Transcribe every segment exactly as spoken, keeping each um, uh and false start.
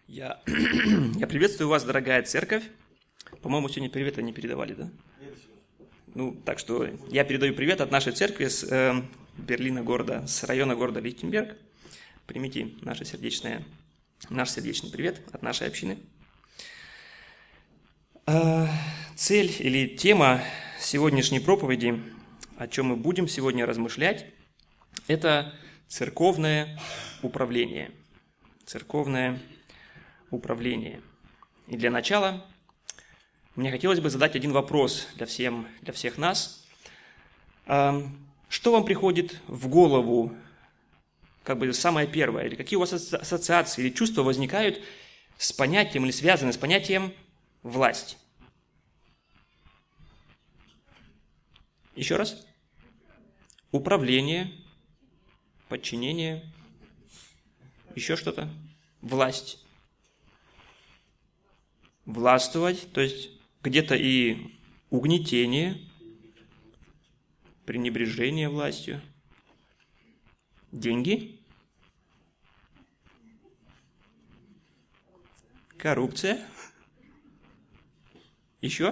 Я, я приветствую вас, дорогая церковь. По-моему, сегодня привета не передавали, да? Ну, так что я передаю привет от нашей церкви с э, Берлина города, с района города Лихтенберг. Примите наше сердечное, наш сердечный привет от нашей общины. Э, цель или тема сегодняшней проповеди, о чем мы будем сегодня размышлять, это церковное управление. Церковное управление. И для начала мне хотелось бы задать один вопрос для, всем, для всех нас. Что вам приходит в голову, как бы самое первое, или какие у вас ассоциации или чувства возникают с понятием или связаны с понятием власть? Еще раз. Управление, подчинение, еще что-то. Власть. Властвовать, то есть где-то и угнетение, пренебрежение властью. Деньги. Коррупция. Еще.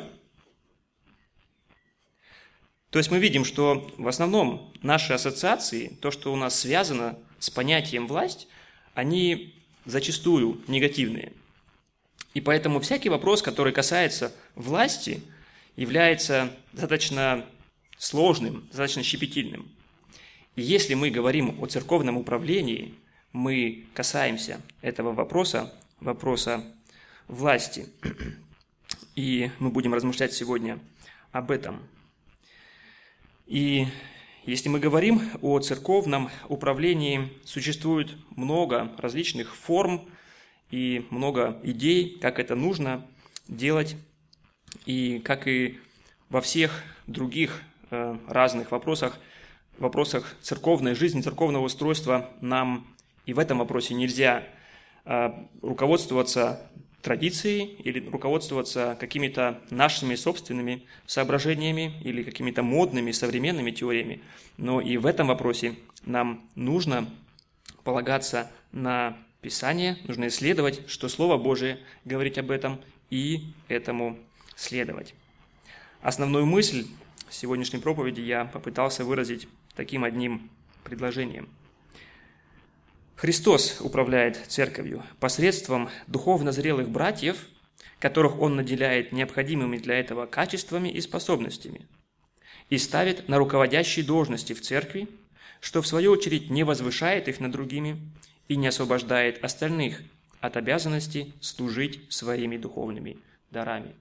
То есть мы видим, что в основном наши ассоциации, то, что у нас связано с понятием власть, они зачастую негативные. И поэтому всякий вопрос, который касается власти, является достаточно сложным, достаточно щепетильным. И если мы говорим о церковном управлении, мы касаемся этого вопроса, вопроса власти. И мы будем размышлять сегодня об этом. И если мы говорим о церковном управлении, существует много различных форм и много идей, как это нужно делать, и как и во всех других э, разных вопросах, вопросах церковной жизни, церковного устройства, нам и в этом вопросе нельзя э, руководствоваться традицией или руководствоваться какими-то нашими собственными соображениями или какими-то модными современными теориями, но и в этом вопросе нам нужно полагаться на Писание, нужно исследовать, что Слово Божие говорит об этом, и этому следовать. Основную мысль сегодняшней проповеди я попытался выразить таким одним предложением. Христос управляет церковью посредством духовно зрелых братьев, которых Он наделяет необходимыми для этого качествами и способностями, и ставит на руководящие должности в церкви, что в свою очередь не возвышает их над другими и не освобождает остальных от обязанности служить своими духовными дарами.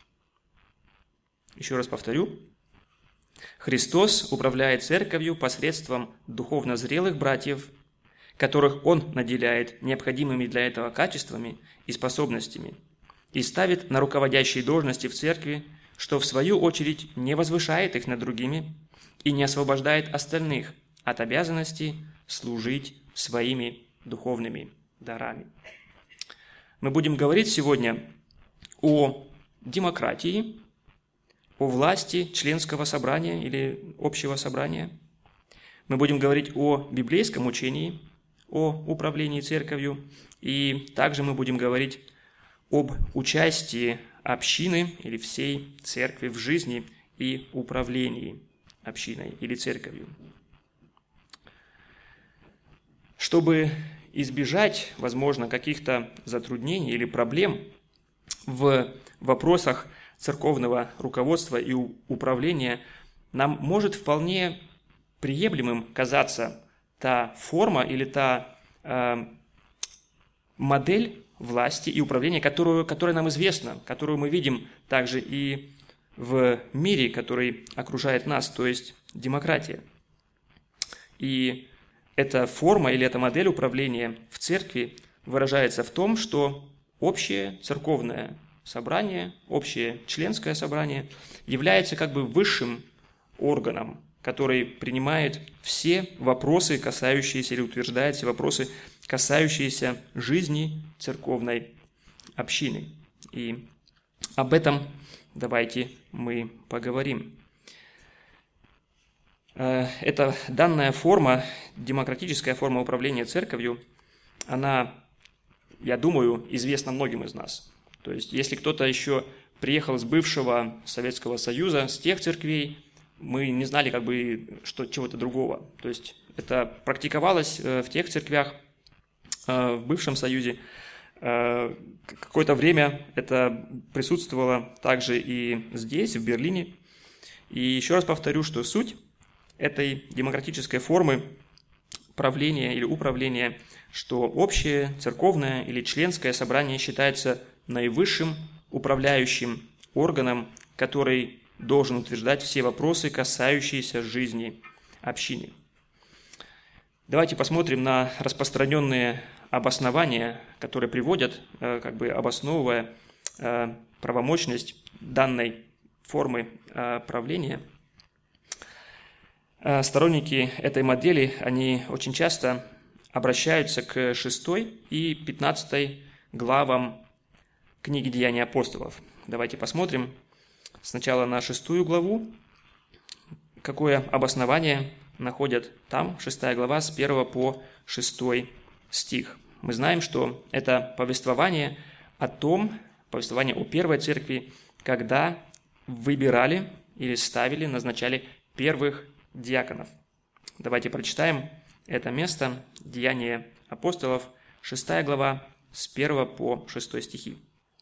Еще раз повторю. Христос управляет церковью посредством духовно зрелых братьев, которых Он наделяет необходимыми для этого качествами и способностями, и ставит на руководящие должности в церкви, что в свою очередь не возвышает их над другими и не освобождает остальных от обязанности служить своими духовными дарами. Мы будем говорить сегодня о демократии, о власти членского собрания или общего собрания. Мы будем говорить о библейском учении, о управлении церковью, и также мы будем говорить об участии общины или всей церкви в жизни и управлении общиной или церковью. Чтобы избежать, возможно, каких-то затруднений или проблем в вопросах церковного руководства и управления, нам может вполне приемлемым казаться та форма или та э, модель власти и управления, которую, которая нам известна, которую мы видим также и в мире, который окружает нас, то есть демократия. И эта форма или эта модель управления в церкви выражается в том, что общее церковное собрание, общее членское собрание является как бы высшим органом, который принимает все вопросы, касающиеся или утверждает все вопросы, касающиеся жизни церковной общины. И об этом давайте мы поговорим. Эта данная форма, демократическая форма управления церковью, она я думаю, известно многим из нас. То есть, если кто-то еще приехал из бывшего Советского Союза, с тех церквей, мы не знали как бы что, чего-то другого. То есть, это практиковалось в тех церквях, в бывшем Союзе. Какое-то время это присутствовало также и здесь, в Берлине. И еще раз повторю, что суть этой демократической формы правления или управления, что общее церковное или членское собрание считается наивысшим управляющим органом, который должен утверждать все вопросы, касающиеся жизни общины. Давайте посмотрим на распространенные обоснования, которые приводят, как бы обосновывая правомощность данной формы правления. Сторонники этой модели, они очень часто обращаются к шестой и пятнадцатой главам книги «Деяния апостолов». Давайте посмотрим сначала на шестую главу, какое обоснование находят там, шестая глава, с первого по шестой стих. Мы знаем, что это повествование о том, повествование о первой церкви, когда выбирали или ставили, назначали первых диаконов. Давайте прочитаем это место, Деяния апостолов, шестая глава, с первого по шестой стихи.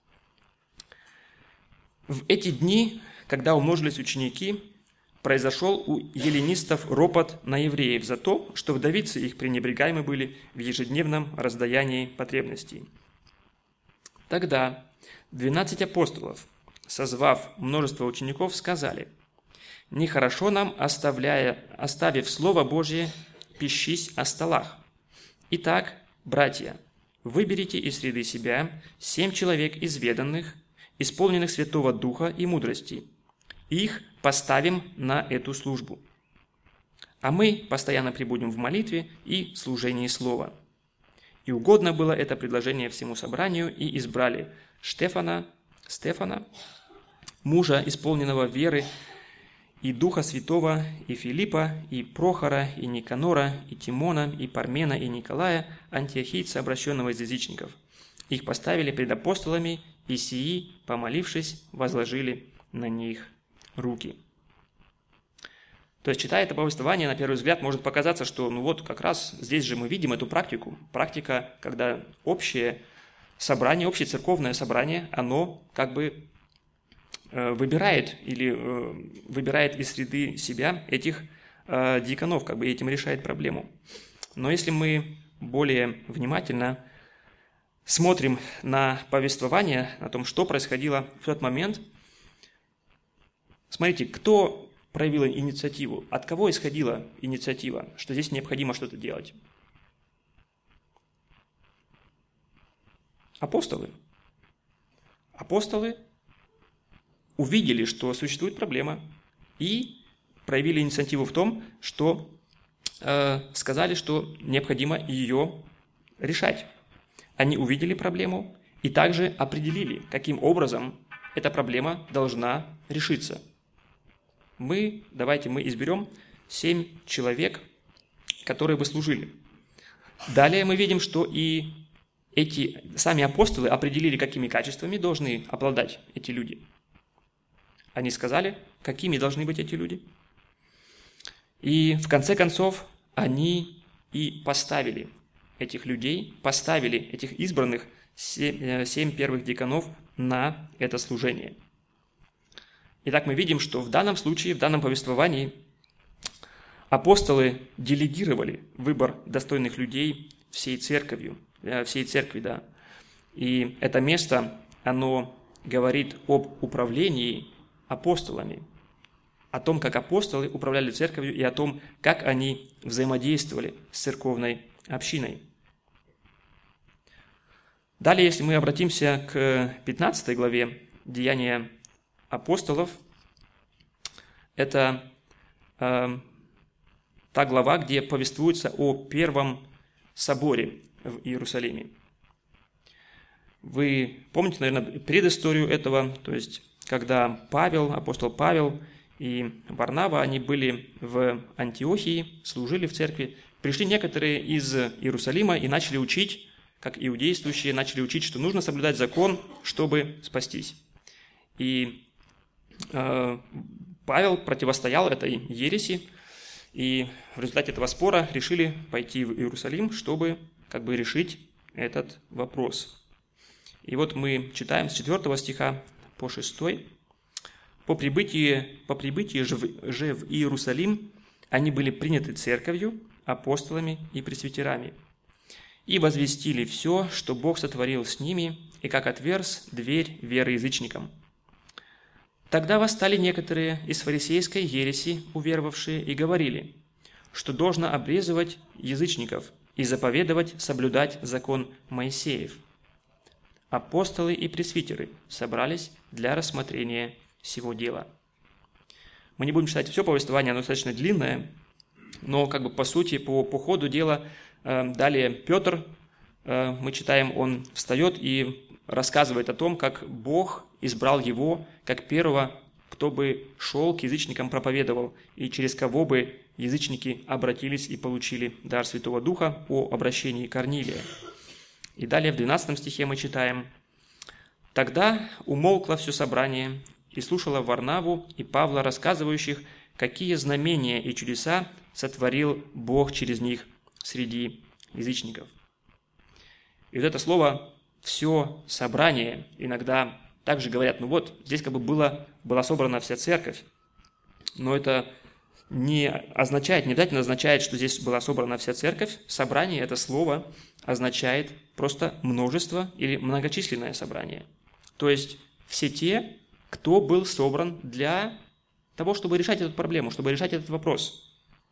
«В эти дни, когда умножились ученики, произошел у эллинистов ропот на евреев за то, что вдовицы их пренебрегаемы были в ежедневном раздаянии потребностей. Тогда двенадцать апостолов, созвав множество учеников, сказали: «Нехорошо нам, оставляя, оставив Слово Божие, пищись о столах. Итак, братья, выберите из среды себя семь человек изведанных, исполненных Святого Духа и мудрости. Их поставим на эту службу. А мы постоянно пребудем в молитве и служении Слова». И угодно было это предложение всему собранию, и избрали Штефана, Стефана, мужа, исполненного веры, и Духа Святого, и Филиппа, и Прохора, и Никанора, и Тимона, и Пармена, и Николая, антиохийца, обращенного из язычников. Их поставили пред апостолами, и сии, помолившись, возложили на них руки. То есть, читая это повествование, на первый взгляд может показаться, что ну вот как раз здесь же мы видим эту практику. Практика, когда общее собрание, общее церковное собрание, оно как бы выбирает или выбирает из среды себя этих диаконов, как бы этим решает проблему. Но если мы более внимательно смотрим на повествование, на том, что происходило в тот момент, смотрите, кто проявил инициативу, от кого исходила инициатива, что здесь необходимо что-то делать? Апостолы. Апостолы увидели, что существует проблема, и проявили инициативу в том, что э, сказали, что необходимо ее решать. Они увидели проблему и также определили, каким образом эта проблема должна решиться. Мы, давайте мы изберем семь человек, которые бы служили. Далее мы видим, что и эти сами апостолы определили, какими качествами должны обладать эти люди. Они сказали, какими должны быть эти люди. И в конце концов они и поставили этих людей, поставили этих избранных, семь, семь первых диаконов на это служение. Итак, мы видим, что в данном случае, в данном повествовании апостолы делегировали выбор достойных людей всей церковью, всей церкви, да. И это место, оно говорит об управлении апостолами, о том, как апостолы управляли церковью и о том, как они взаимодействовали с церковной общиной. Далее, если мы обратимся к пятнадцатой главе Деяния апостолов, это э, та глава, где повествуется о первом соборе в Иерусалиме. Вы помните, наверное, предысторию этого, то есть, когда Павел, апостол Павел и Варнава, они были в Антиохии, служили в церкви, пришли некоторые из Иерусалима и начали учить, как иудействующие, начали учить, что нужно соблюдать закон, чтобы спастись. И э, Павел противостоял этой ереси, и в результате этого спора решили пойти в Иерусалим, чтобы как бы решить этот вопрос. И вот мы читаем с четвёртого стиха по шестой. «По прибытии, по прибытии же, в, же в Иерусалим они были приняты церковью, апостолами и пресвитерами, и возвестили все, что Бог сотворил с ними, и как отверз дверь веры язычникам. Тогда восстали некоторые из фарисейской ереси, уверовавшие, и говорили, что должно обрезывать язычников и заповедовать соблюдать закон Моисеев. Апостолы и пресвитеры собрались для рассмотрения сего дела». Мы не будем читать все повествование, оно достаточно длинное, но как бы по сути, по, по ходу дела, э, далее Петр, э, мы читаем, он встает и рассказывает о том, как Бог избрал его как первого, кто бы шел к язычникам, проповедовал, и через кого бы язычники обратились и получили дар Святого Духа о обращении Корнилия. И далее в двенадцатом стихе мы читаем: «Тогда умолкло все собрание, и слушала Варнаву и Павла, рассказывающих, какие знамения и чудеса сотворил Бог через них среди язычников». И вот это слово «все собрание» иногда также говорят, ну вот, здесь как бы было, была собрана вся церковь, но это не означает, не обязательно означает, что здесь была собрана вся церковь. Собрание, это слово, означает просто множество или многочисленное собрание. То есть все те, кто был собран для того, чтобы решать эту проблему, чтобы решать этот вопрос.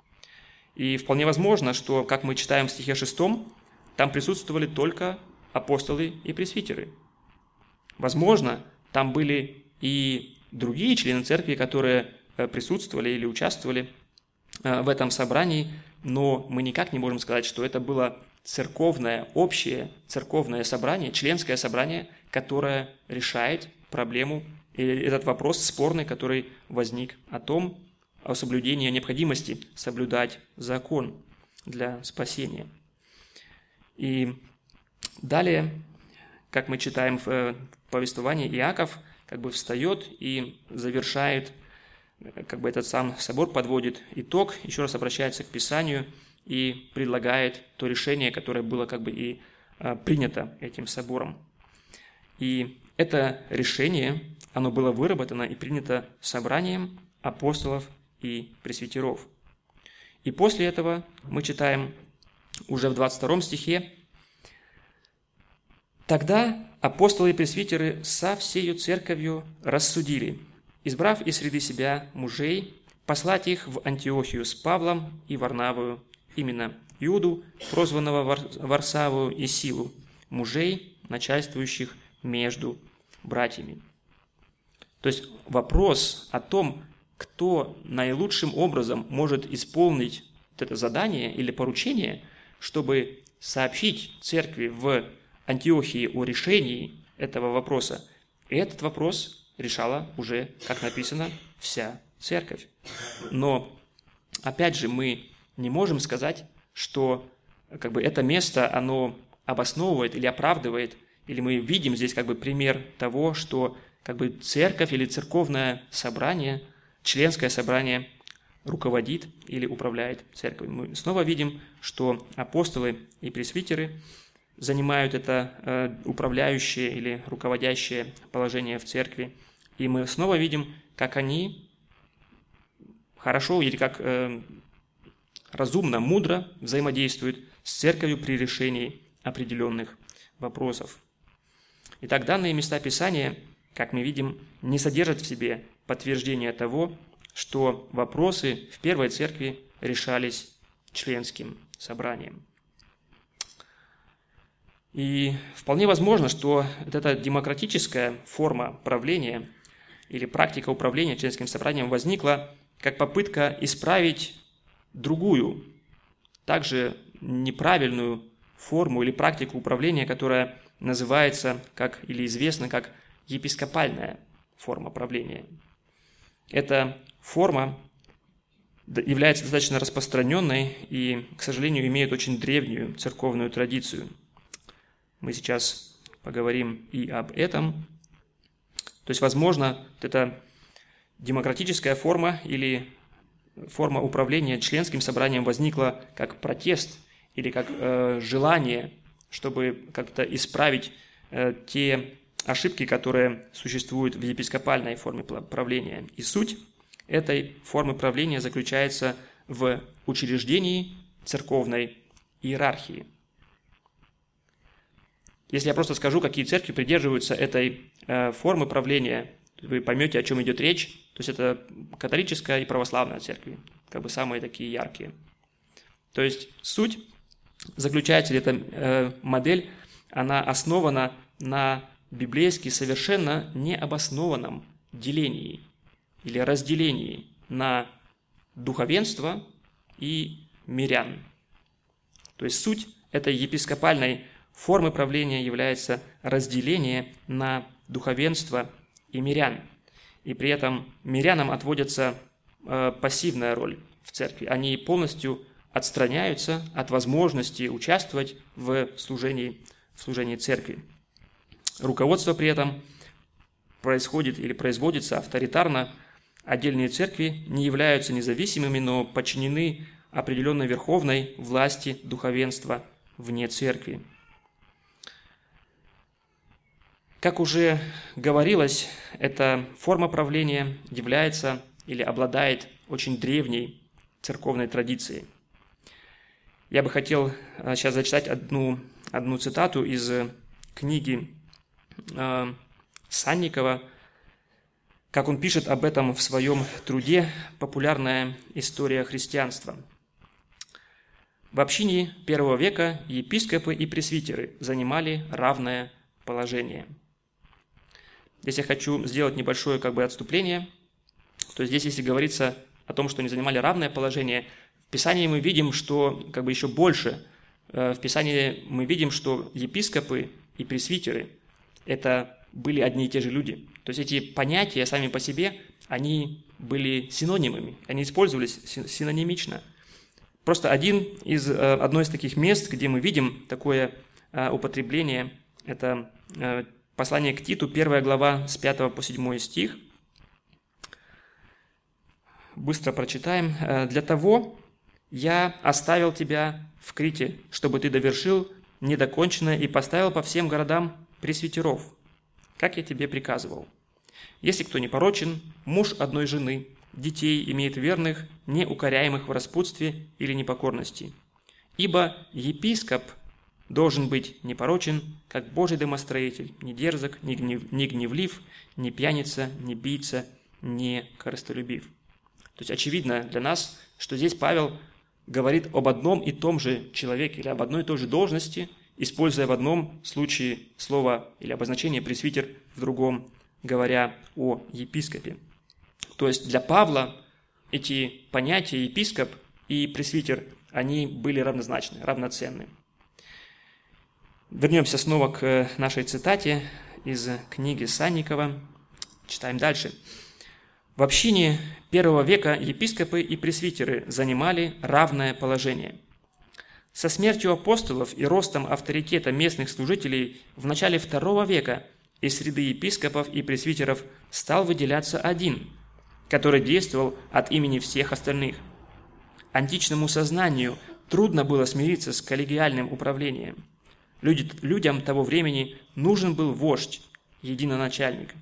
И вполне возможно, что, как мы читаем в стихе шестом, там присутствовали только апостолы и пресвитеры. Возможно, там были и другие члены церкви, которые присутствовали или участвовали в этом собрании, но мы никак не можем сказать, что это было церковное, общее церковное собрание, членское собрание, которое решает проблему, этот вопрос спорный, который возник о том, о соблюдении, о необходимости соблюдать закон для спасения. И далее, как мы читаем в повествовании, Иаков как бы встает и завершает, как бы этот сам собор подводит итог, еще раз обращается к Писанию и предлагает то решение, которое было как бы и принято этим собором. И это решение, оно было выработано и принято собранием апостолов и пресвитеров. И после этого мы читаем уже в двадцать втором стихе: «Тогда апостолы и пресвитеры со всею церковью рассудили, избрав из среды себя мужей, послать их в Антиохию с Павлом и Варнавою, именно Иуду, прозванного Варсавою, и Силу, мужей, начальствующих между братьями». То есть вопрос о том, кто наилучшим образом может исполнить это задание или поручение, чтобы сообщить церкви в Антиохии о решении этого вопроса, и этот вопрос решала уже, как написано, вся церковь. Но, опять же, мы не можем сказать, что как бы, это место, оно обосновывает или оправдывает, или мы видим здесь как бы пример того, что как бы церковь или церковное собрание, членское собрание руководит или управляет церковью. Мы снова видим, что апостолы и пресвитеры занимают это э, управляющее или руководящее положение в церкви. И мы снова видим, как они хорошо или как э, разумно, мудро взаимодействуют с церковью при решении определенных вопросов. Итак, данные места Писания, как мы видим, не содержат в себе подтверждения того, что вопросы в первой церкви решались членским собранием. И вполне возможно, что вот эта демократическая форма правления или практика управления членским собранием возникла как попытка исправить другую, также неправильную форму или практику управления, которая называется как, или известна как епископальная форма правления. Эта форма является достаточно распространенной и, к сожалению, имеет очень древнюю церковную традицию. Мы сейчас поговорим и об этом. То есть, возможно, вот эта демократическая форма или форма управления членским собранием возникла как протест или как э, желание, чтобы как-то исправить э, те ошибки, которые существуют в епископальной форме правления. И суть этой формы правления заключается в учреждении церковной иерархии. Если я просто скажу, какие церкви придерживаются этой э, формы правления, вы поймете, о чем идет речь. То есть это католическая и православная церкви, как бы самые такие яркие. То есть суть заключается, эта э, модель, она основана на библейски совершенно необоснованном делении или разделении на духовенство и мирян. То есть суть этой епископальной формы правления является разделение на духовенство и мирян. И при этом мирянам отводится э, пассивная роль в церкви. Они полностью отстраняются от возможности участвовать в служении, в служении церкви. Руководство при этом происходит или производится авторитарно. Отдельные церкви не являются независимыми, но подчинены определенной верховной власти духовенства вне церкви. Как уже говорилось, эта форма правления является или обладает очень древней церковной традицией. Я бы хотел сейчас зачитать одну, одну цитату из книги э, Санникова, как он пишет об этом в своем труде «Популярная история христианства». В общине первого века епископы и пресвитеры занимали равное положение. Здесь я хочу сделать небольшое как бы отступление. То есть здесь, если говорится о том, что они занимали равное положение, в Писании мы видим, что как бы еще больше. В Писании мы видим, что епископы и пресвитеры – это были одни и те же люди. То есть эти понятия сами по себе, они были синонимами, они использовались синонимично. Просто один из, одно из таких мест, где мы видим такое употребление, это послание к Титу, первая глава, с пятого по седьмой стих. Быстро прочитаем. «Для того я оставил тебя в Крите, чтобы ты довершил недоконченное и поставил по всем городам пресвитеров, как я тебе приказывал. Если кто непорочен, муж одной жены, детей имеет верных, не укоряемых в распутстве или непокорности. Ибо епископ должен быть непорочен, как Божий домостроитель, не дерзок, не, гнев, не гневлив, не пьяница, не бийца, не корыстолюбив». То есть очевидно для нас, что здесь Павел говорит об одном и том же человеке или об одной и той же должности, используя в одном случае слово или обозначение пресвитер, в другом говоря о епископе. То есть для Павла эти понятия епископ и пресвитер, они были равнозначны, равноценны. Вернемся снова к нашей цитате из книги Санникова. Читаем дальше. В общине первого века епископы и пресвитеры занимали равное положение. Со смертью апостолов и ростом авторитета местных служителей в начале второго века из среды епископов и пресвитеров стал выделяться один, который действовал от имени всех остальных. Античному сознанию трудно было смириться с коллегиальным управлением. Люди, людям того времени нужен был вождь, единоначальник.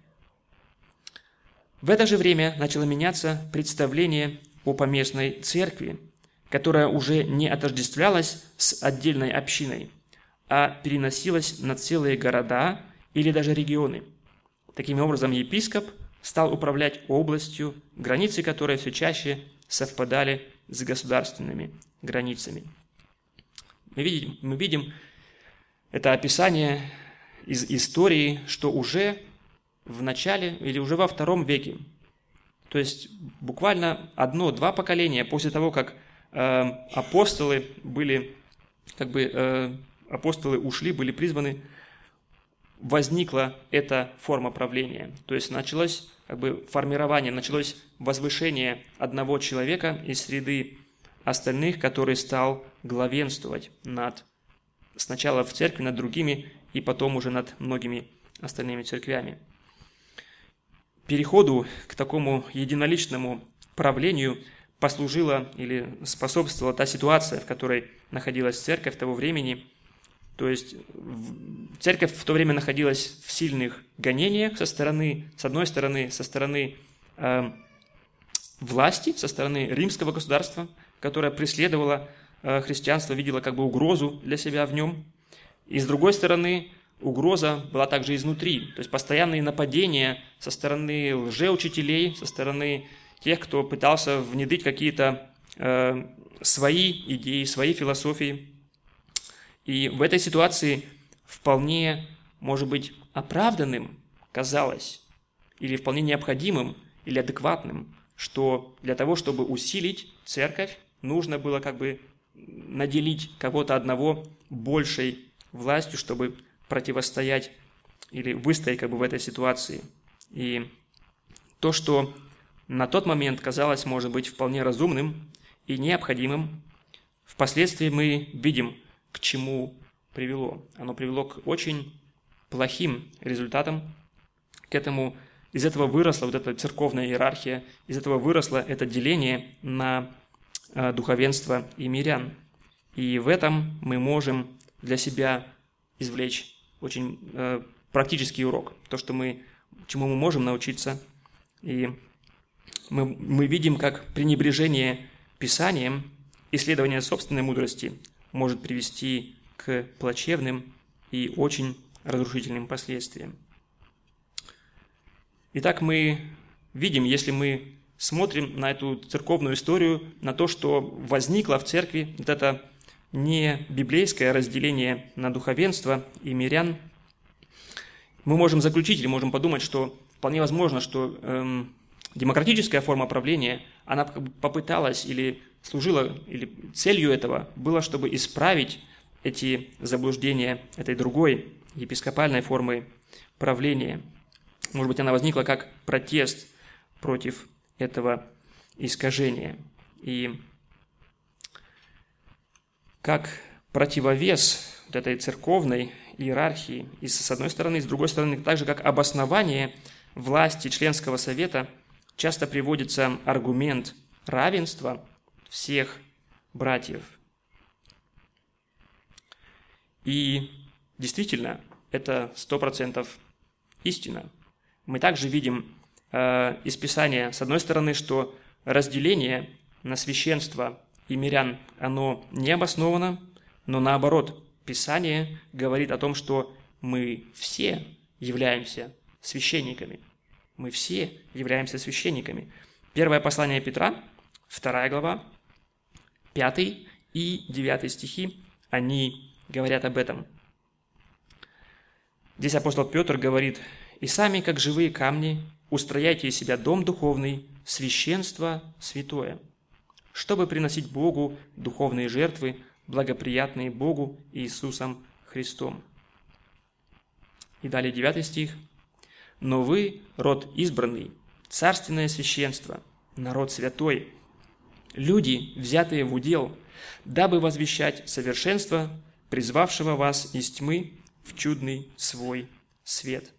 В это же время начало меняться представление о поместной церкви, которая уже не отождествлялась с отдельной общиной, а переносилась на целые города или даже регионы. Таким образом, епископ стал управлять областью, границы которой все чаще совпадали с государственными границами. Мы видим, мы видим это описание из истории, что уже в начале или уже во втором веке, то есть буквально одно-два поколения после того, как э, апостолы были, как бы э, апостолы ушли, были призваны, возникла эта форма правления. То есть началось как бы формирование, началось возвышение одного человека из среды остальных, который стал главенствовать над, сначала в церкви над другими и потом уже над многими остальными церквями. Переходу к такому единоличному правлению послужила или способствовала та ситуация, в которой находилась церковь того времени. То есть церковь в то время находилась в сильных гонениях со стороны, с одной стороны, со стороны э, власти, со стороны римского государства, которое преследовало э, христианство, видело как бы угрозу для себя в нем. И с другой стороны, угроза была также изнутри, то есть постоянные нападения со стороны лжеучителей, со стороны тех, кто пытался внедрить какие-то э, свои идеи, свои философии. И в этой ситуации вполне, может быть, оправданным казалось, или вполне необходимым, или адекватным, что для того, чтобы усилить церковь, нужно было как бы наделить кого-то одного большей властью, чтобы противостоять или выстоять как бы в этой ситуации. И то, что на тот момент казалось, может быть, вполне разумным и необходимым, впоследствии мы видим, к чему привело. Оно привело к очень плохим результатам. К этому, из этого выросла вот эта церковная иерархия, из этого выросло это деление на э, духовенство и мирян. И в этом мы можем для себя извлечь очень э, практический урок, то, что мы, чему мы можем научиться. И мы, мы видим, как пренебрежение Писанием, исследование собственной мудрости может привести к плачевным и очень разрушительным последствиям. Итак, мы видим, если мы смотрим на эту церковную историю, на то, что возникло в церкви вот это не библейское разделение на духовенство и мирян, мы можем заключить или можем подумать, что вполне возможно, что эм, демократическая форма правления, она попыталась или служила, или целью этого было, чтобы исправить эти заблуждения этой другой епископальной формы правления. Может быть, она возникла как протест против этого искажения. И как противовес вот этой церковной иерархии, и с одной стороны, и с другой стороны, так же как обоснование власти членского совета, часто приводится аргумент равенства всех братьев. И действительно, это сто процентов истина. Мы также видим э, из Писания, с одной стороны, что разделение на священство и мирян, оно не обосновано, но наоборот, Писание говорит о том, что мы все являемся священниками. Мы все являемся священниками. Первое послание Петра, вторая глава, пятый и девятый стихи, они говорят об этом. Здесь апостол Петр говорит: «И сами, как живые камни, устрояйте из себя дом духовный, священство святое, чтобы приносить Богу духовные жертвы, благоприятные Богу Иисусом Христом». И далее девятый стих. «Но вы род избранный, царственное священство, народ святой, люди, взятые в удел, дабы возвещать совершенство, призвавшего вас из тьмы в чудный свой свет».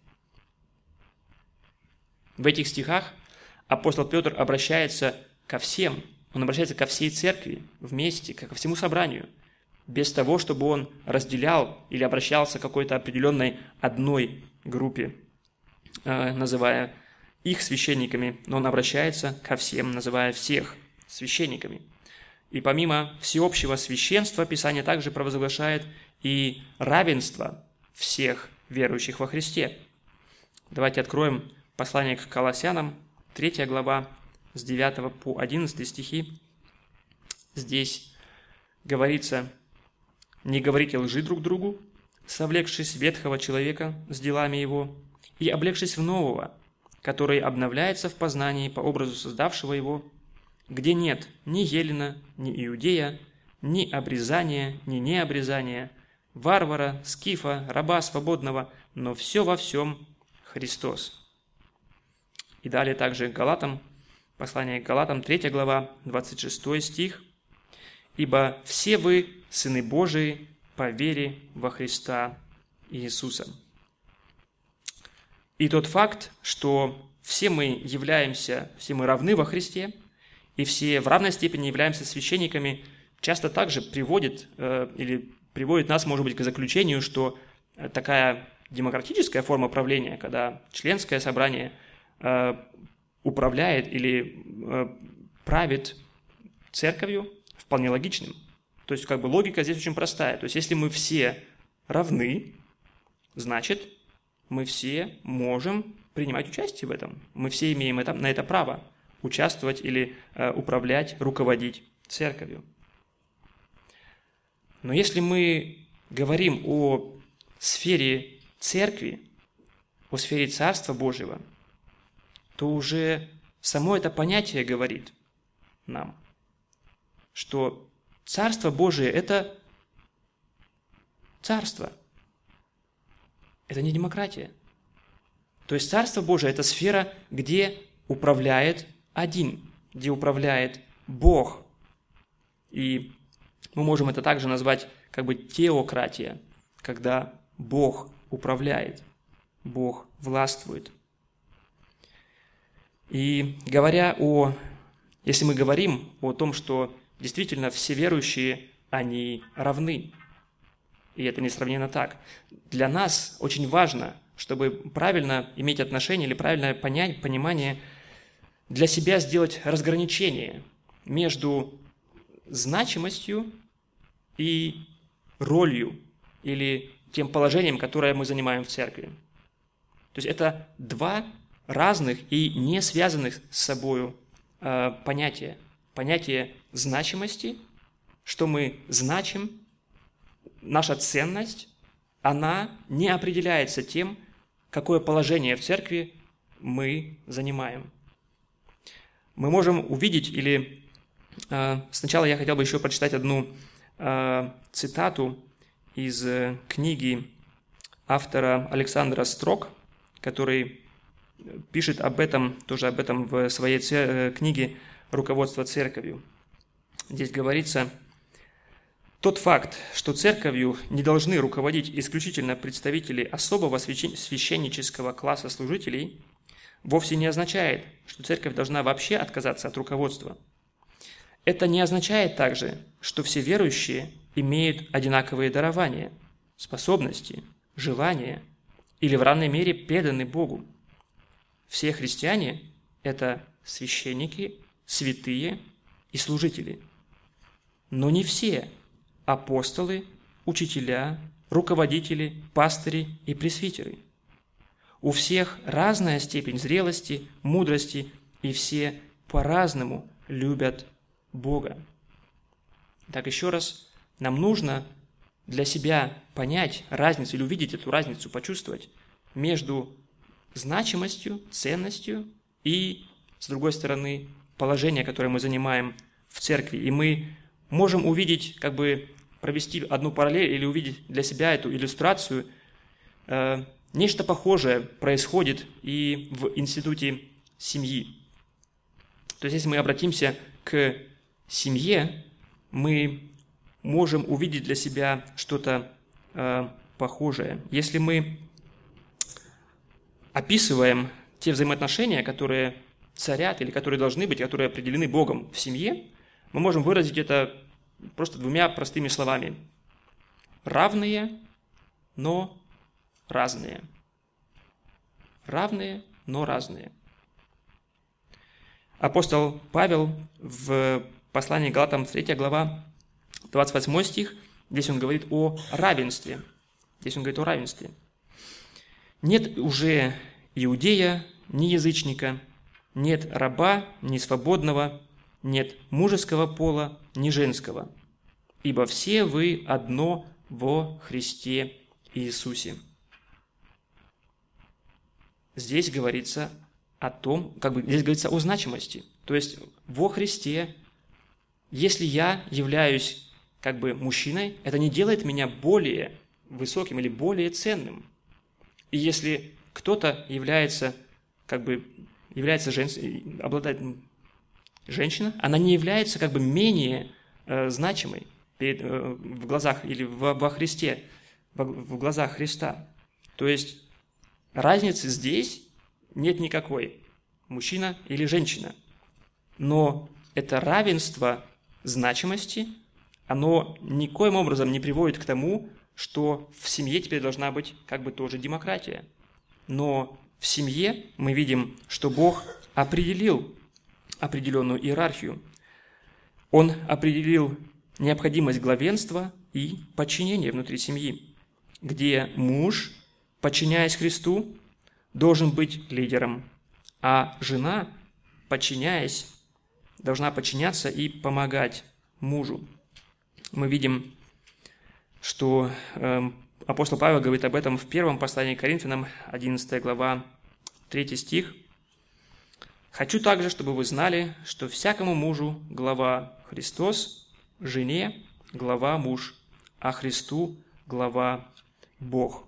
В этих стихах апостол Петр обращается ко всем, он обращается ко всей церкви вместе, ко всему собранию, без того, чтобы он разделял или обращался к какой-то определенной одной группе, называя их священниками, но он обращается ко всем, называя всех священниками. И помимо всеобщего священства, Писание также провозглашает и равенство всех верующих во Христе. Давайте откроем послание к Колоссянам, третья глава, с девятого по одиннадцатый стихи. Здесь говорится: «Не говорите лжи друг другу, совлекшись ветхого человека с делами его, и облегшись в нового, который обновляется в познании по образу создавшего его, где нет ни Елена, ни Иудея, ни обрезания, ни необрезания, варвара, скифа, раба свободного, но все во всем Христос». И далее также к Галатам, послание к Галатам, третья глава, двадцать шестой стих. «Ибо все вы, сыны Божии, по вере во Христа Иисуса. И тот факт, что все мы являемся, все мы равны во Христе, и все в равной степени являемся священниками, часто также приводит э, или приводит нас, может быть, к заключению, что такая демократическая форма правления, когда членское собрание э, управляет или э, правит церковью, вполне логичным. То есть, как бы логика здесь очень простая. То есть, если мы все равны, значит, мы все можем принимать участие в этом. Мы все имеем это, на это право участвовать или э, управлять, руководить церковью. Но если мы говорим о сфере церкви, о сфере Царства Божьего, то уже само это понятие говорит нам, что Царство Божие – это царство, это не демократия. То есть Царство Божие – это сфера, где управляет один, где управляет Бог. И мы можем это также назвать как бы теократия, когда Бог управляет, Бог властвует. И говоря о, если мы говорим о том, что действительно все верующие, они равны, и это несравненно так, для нас очень важно, чтобы правильно иметь отношение или правильное понять, понимание, для себя сделать разграничение между значимостью и ролью или тем положением, которое мы занимаем в церкви. То есть это два разных и не связанных с собой э, понятия. Понятие значимости, что мы значим, наша ценность, она не определяется тем, какое положение в церкви мы занимаем. Мы можем увидеть, или э, сначала я хотел бы еще прочитать одну э, цитату из э, книги автора Александра Строк, который пишет об этом, тоже об этом в своей цер- книге «Руководство церковью». Здесь говорится: «Тот факт, что церковью не должны руководить исключительно представители особого священнического класса служителей, вовсе не означает, что церковь должна вообще отказаться от руководства. Это не означает также, что все верующие имеют одинаковые дарования, способности, желания или в равной мере преданы Богу. Все христиане – это священники, святые и служители. Но не все – апостолы, учителя, руководители, пастыри и пресвитеры. У всех разная степень зрелости, мудрости, и все по-разному любят Бога». Так еще раз, нам нужно для себя понять разницу или увидеть эту разницу, почувствовать между значимостью, ценностью и, с другой стороны, положение, которое мы занимаем в церкви. И мы можем увидеть, как бы провести одну параллель или увидеть для себя эту иллюстрацию. Э, нечто похожее происходит и в институте семьи. То есть, если мы обратимся к семье, мы можем увидеть для себя что-то э, похожее. Если мы описываем те взаимоотношения, которые царят или которые должны быть, которые определены Богом в семье, мы можем выразить это просто двумя простыми словами. Равные, но разные. Равные, но разные. Апостол Павел в послании к Галатам, третья глава, двадцать восьмой стих, здесь он говорит о равенстве. Здесь он говорит о равенстве. «Нет уже иудея, ни язычника, нет раба, ни свободного, нет мужеского пола, ни женского, ибо все вы одно во Христе Иисусе». Здесь говорится о том, как бы здесь говорится о значимости. То есть во Христе, если я являюсь как бы мужчиной, это не делает меня более высоким или более ценным. И если кто-то является как бы является жен... обладает женщина, она не является как бы менее э, значимой перед, э, в глазах или во, во Христе. в глазах Христа. То есть разницы здесь нет никакой, мужчина или женщина. Но это равенство значимости, оно никоим образом не приводит к тому, что в семье теперь должна быть как бы тоже демократия. Но в семье мы видим, что Бог определил определенную иерархию. Он определил необходимость главенства и подчинения внутри семьи, где муж, подчиняясь Христу, должен быть лидером, а жена, подчиняясь, должна подчиняться и помогать мужу. Мы видим, что э, апостол Павел говорит об этом в первом послании к Коринфянам, одиннадцатая глава, третий стих. «Хочу также, чтобы вы знали, что всякому мужу глава Христос, жене глава муж, а Христу глава Бог».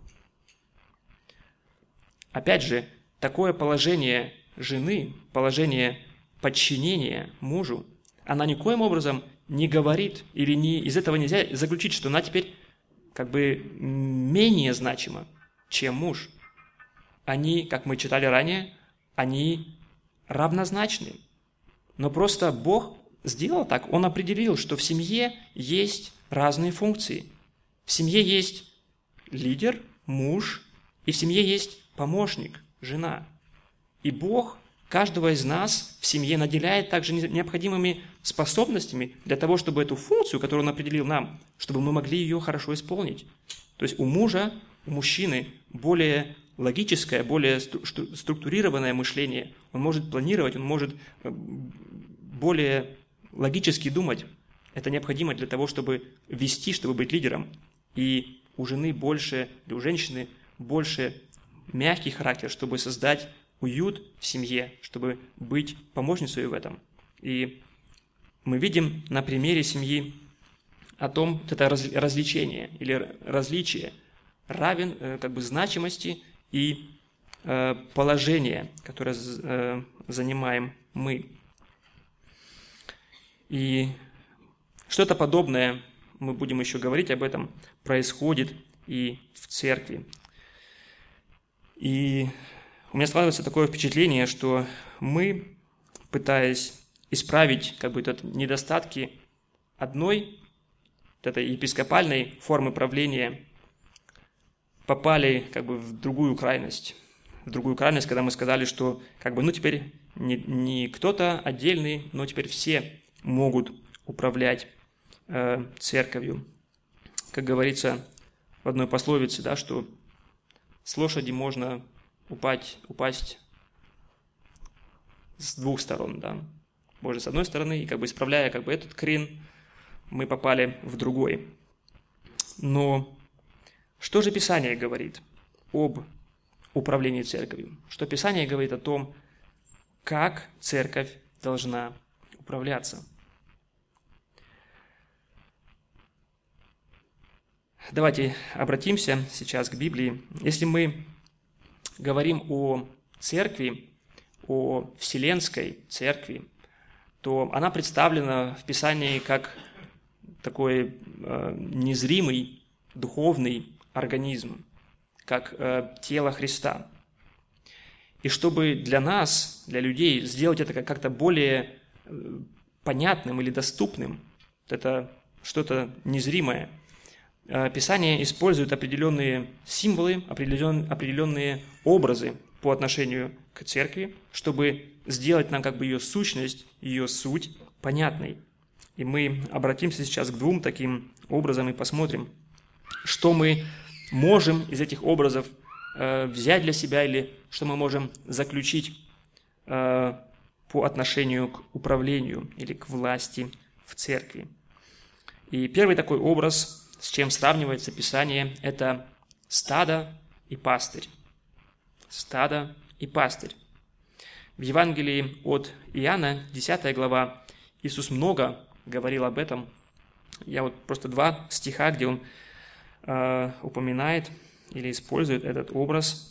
Опять же, такое положение жены, положение подчинения мужу, она никоим образом не говорит, или не, из этого нельзя заключить, что она теперь как бы менее значима, чем муж. Они, как мы читали ранее, они равнозначны. Но просто Бог сделал так, Он определил, что в семье есть разные функции. В семье есть лидер, муж, и в семье есть помощник, жена. И Бог каждого из нас в семье наделяет также необходимыми способностями для того, чтобы эту функцию, которую Он определил нам, чтобы мы могли ее хорошо исполнить. То есть у мужа, у мужчины более логическое, более структурированное мышление. Он может планировать, он может более логически думать. Это необходимо для того, чтобы вести, чтобы быть лидером. И у жены больше, или у женщины больше мягкий характер, чтобы создать уют в семье, чтобы быть помощницей в этом. И мы видим на примере семьи о том, это развлечение или различие равен как бы значимости и э, положения, которое э, занимаем мы. И что-то подобное, мы будем еще говорить об этом, происходит и в церкви. И у меня складывается такое впечатление, что мы, пытаясь исправить как бы вот недостатки одной, вот этой епископальной формы правления, попали как бы в другую крайность. В другую крайность, когда мы сказали, что как бы, ну, теперь не, не кто-то отдельный, но теперь все могут управлять э, церковью. Как говорится в одной пословице, да, что с лошади можно упасть, упасть с двух сторон, да. Можно с одной стороны, и как бы исправляя как бы этот крен, мы попали в другой. Но что же Писание говорит об управлении церковью? Что Писание говорит о том, как церковь должна управляться? Давайте обратимся сейчас к Библии. Если мы говорим о церкви, о Вселенской церкви, то она представлена в Писании как такой э, незримый, духовный организм, как э, тело Христа. И чтобы для нас, для людей, сделать это как-то более э, понятным или доступным, это что-то незримое, э, Писание использует определенные символы, определен, определенные образы по отношению к церкви, чтобы сделать нам как бы ее сущность, ее суть понятной. И мы обратимся сейчас к двум таким образам и посмотрим, что мы можем из этих образов э, взять для себя или что мы можем заключить э, по отношению к управлению или к власти в церкви. И первый такой образ, с чем сравнивается Писание, это стадо и пастырь. Стадо и пастырь. В Евангелии от Иоанна, десятая глава, Иисус много говорил об этом. Я вот просто два стиха, где он э, упоминает или использует этот образ.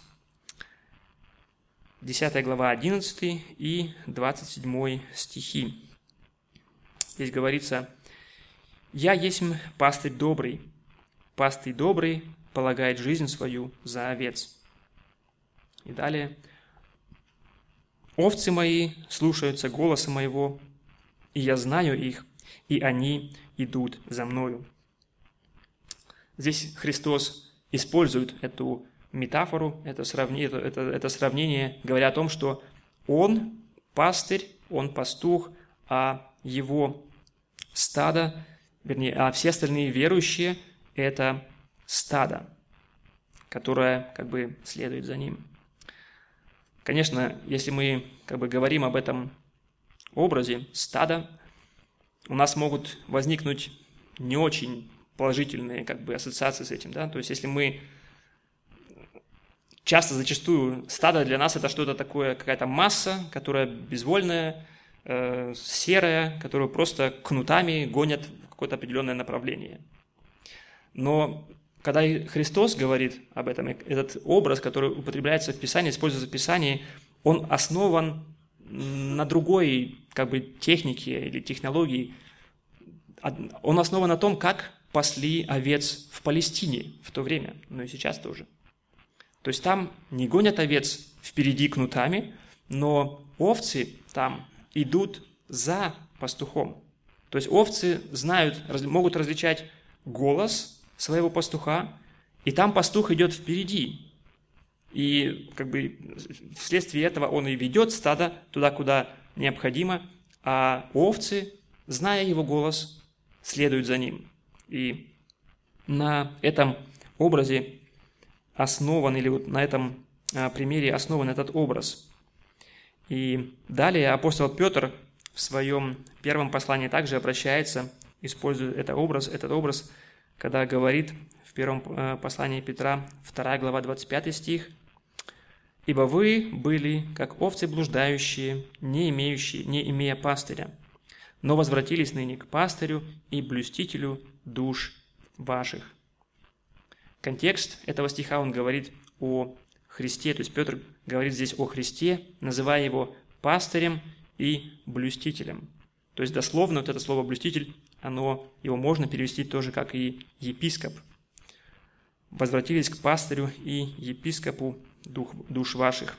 десятая глава, одиннадцатый и двадцать седьмой стихи. Здесь говорится: «Я есть пастырь добрый, пастырь добрый полагает жизнь свою за овец». И далее. «Овцы мои слушаются голоса моего, и я знаю их, и они идут за мною». Здесь Христос использует эту метафору, это сравнение, это, это, это сравнение, говоря о том, что Он пастырь, Он пастух, а Его стадо, вернее, а все остальные верующие – это стадо, которое как бы следует за Ним. Конечно, если мы как бы говорим об этом образе стада, у нас могут возникнуть не очень положительные как бы ассоциации с этим, да, то есть если мы часто, зачастую, стадо для нас это что-то такое, какая-то масса, которая безвольная, э, серая, которую просто кнутами гонят в какое-то определенное направление. Но когда Христос говорит об этом, этот образ, который употребляется в Писании, используется в Писании, он основан на другой как бы технике или технологии. Он основан на том, как пасли овец в Палестине в то время, но и сейчас тоже. То есть там не гонят овец впереди кнутами, но овцы там идут за пастухом. То есть овцы знают, могут различать голос своего пастуха, и там пастух идет впереди. И как бы вследствие этого он и ведет стадо туда, куда необходимо, а овцы, зная его голос, следуют за ним. И на этом образе основан, или вот на этом а, примере основан этот образ. И далее апостол Петр в своем первом послании также обращается, используя этот образ, этот образ, когда говорит в первом а, послании Петра, вторая глава, двадцать пятый стих: «Ибо вы были, как овцы блуждающие, не имеющие, не имея пастыря, но возвратились ныне к пастырю и блюстителю душ ваших». Контекст этого стиха, он говорит о Христе, то есть Петр говорит здесь о Христе, называя его пастырем и блюстителем. То есть дословно вот это слово «блюститель», оно, его можно перевести тоже как и епископ. «Возвратились к пастырю и епископу дух, душ ваших».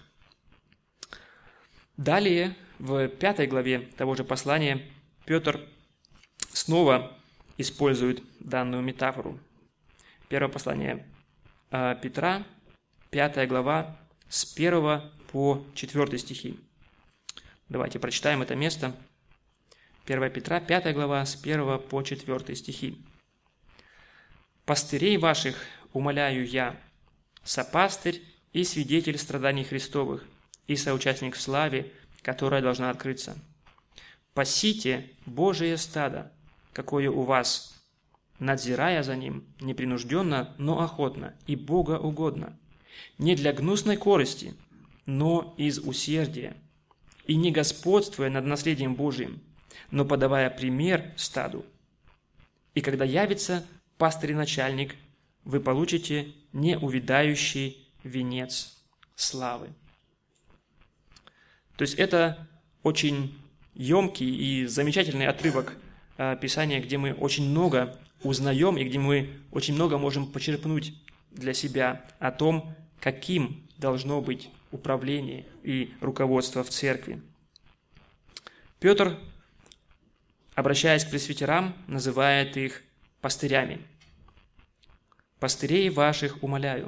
Далее, в пятой главе того же послания, Петр снова использует данную метафору. Первое послание Петра, пятая глава, с первого по четвёртый стихи. Давайте прочитаем это место. первое Петра, пятая глава, с первого по четвёртый стихи. «Пастырей ваших умоляю я, сопастырь и свидетель страданий Христовых, и соучастник в славе, которая должна открыться. Пасите Божие стадо, какое у вас, надзирая за ним непринужденно, но охотно и Бога угодно, не для гнусной корысти, но из усердия, и не господствуя над наследием Божиим, но подавая пример стаду. И когда явится пастырь и начальник, вы получите неувядающий венец славы». То есть это очень емкий и замечательный отрывок Писания, где мы очень много узнаем и где мы очень много можем почерпнуть для себя о том, каким должно быть управление и руководство в церкви. Петр, обращаясь к пресвитерам, называет их пастырями. «Пастырей ваших умоляю».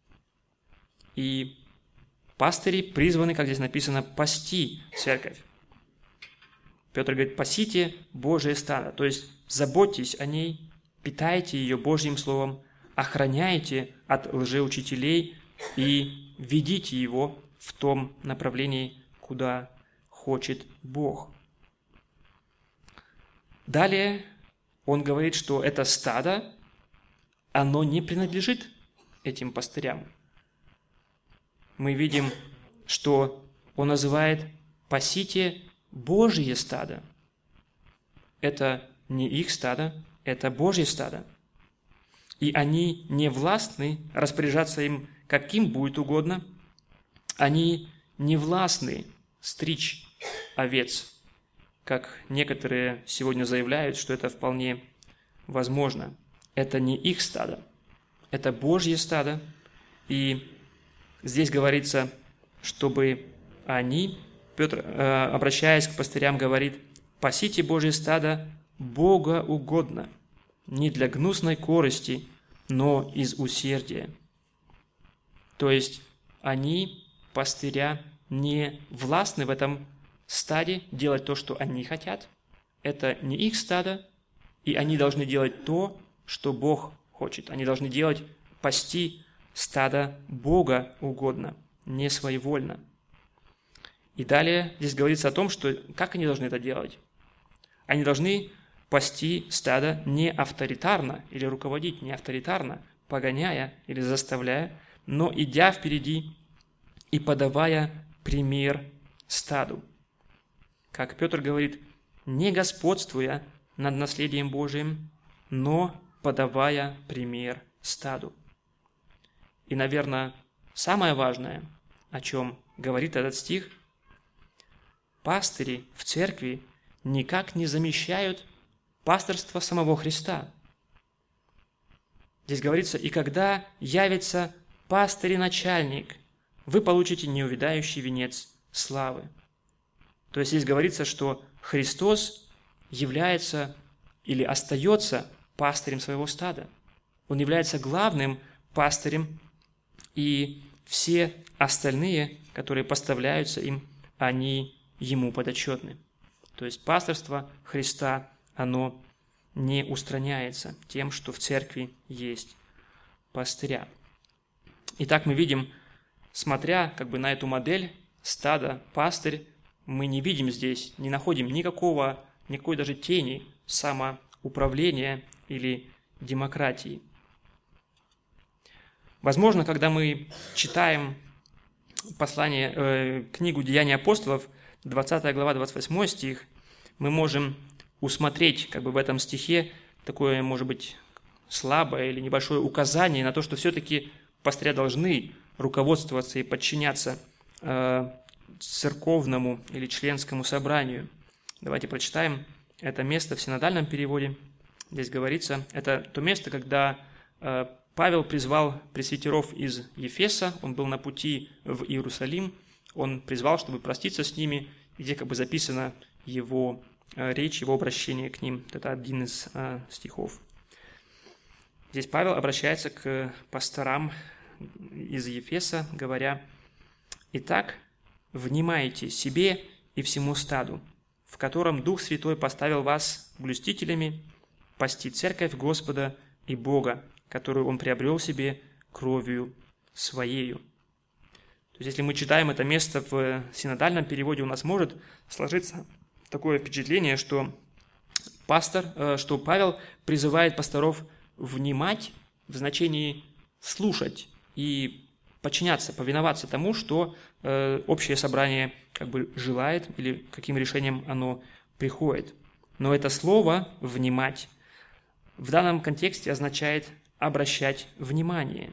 И пастыри призваны, как здесь написано, пасти церковь. Петр говорит: пасите Божие стадо, то есть заботьтесь о ней, питайте ее Божьим Словом, охраняйте от лжеучителей и ведите его в том направлении, куда хочет Бог. Далее он говорит, что это стадо, оно не принадлежит этим пастырям. Мы видим, что он называет «пасите Божие стадо». Это не их стадо, это Божье стадо. И они не властны распоряжаться им каким будет угодно. Они не властны стричь овец, как некоторые сегодня заявляют, что это вполне возможно. Это не их стадо, это Божье стадо, и здесь говорится, чтобы они, Петр, обращаясь к пастырям, говорит: «Пасите Божье стадо Бога угодно, не для гнусной корысти, но из усердия». То есть они, пастыря, не властны в этом стаде делать то, что они хотят. Это не их стадо, и они должны делать то, что Бог хочет. Они должны делать, пасти стадо Бога угодно, не своевольно. И далее здесь говорится о том, что как они должны это делать. Они должны пасти стадо не авторитарно или руководить не авторитарно, погоняя или заставляя, но идя впереди и подавая пример стаду. Как Петр говорит, не господствуя над наследием Божиим, но подавая пример стаду. И, наверное, самое важное, о чем говорит этот стих, пастыри в церкви никак не замещают пасторство самого Христа. Здесь говорится: «И когда явится пастырь и начальник, вы получите неувядающий венец славы». То есть здесь говорится, что Христос является или остается пастырем своего стада. Он является главным пастырем, и все остальные, которые поставляются им, они ему подотчетны. То есть пасторство Христа, оно не устраняется тем, что в церкви есть пастыря. Итак, мы видим, смотря как бы на эту модель стада, пастырь, мы не видим здесь, не находим никакого, никакой даже тени самоуправления или демократии. Возможно, когда мы читаем послание, э, книгу «Деяния апостолов», двадцатая глава, двадцать восьмой стих, мы можем усмотреть как бы в этом стихе такое, может быть, слабое или небольшое указание на то, что все-таки пастыря должны руководствоваться и подчиняться э, церковному или членскому собранию. Давайте прочитаем это место в синодальном переводе. Здесь говорится, это то место, когда э, Павел призвал пресвитеров из Ефеса, он был на пути в Иерусалим, он призвал, чтобы проститься с ними, где как бы записана его э, речь, его обращение к ним. Это один из э, стихов. Здесь Павел обращается к пасторам из Ефеса, говоря: «Итак, внимайте себе и всему стаду, в котором Дух Святой поставил вас блюстителями, пасти церковь Господа и Бога, которую Он приобрел себе кровью Своею». То есть, если мы читаем это место в синодальном переводе, у нас может сложиться такое впечатление, что пастор, что Павел призывает пасторов внимать в значении слушать и подчиняться, повиноваться тому, что э, общее собрание как бы желает или каким решением оно приходит. Но это слово «внимать» в данном контексте означает обращать внимание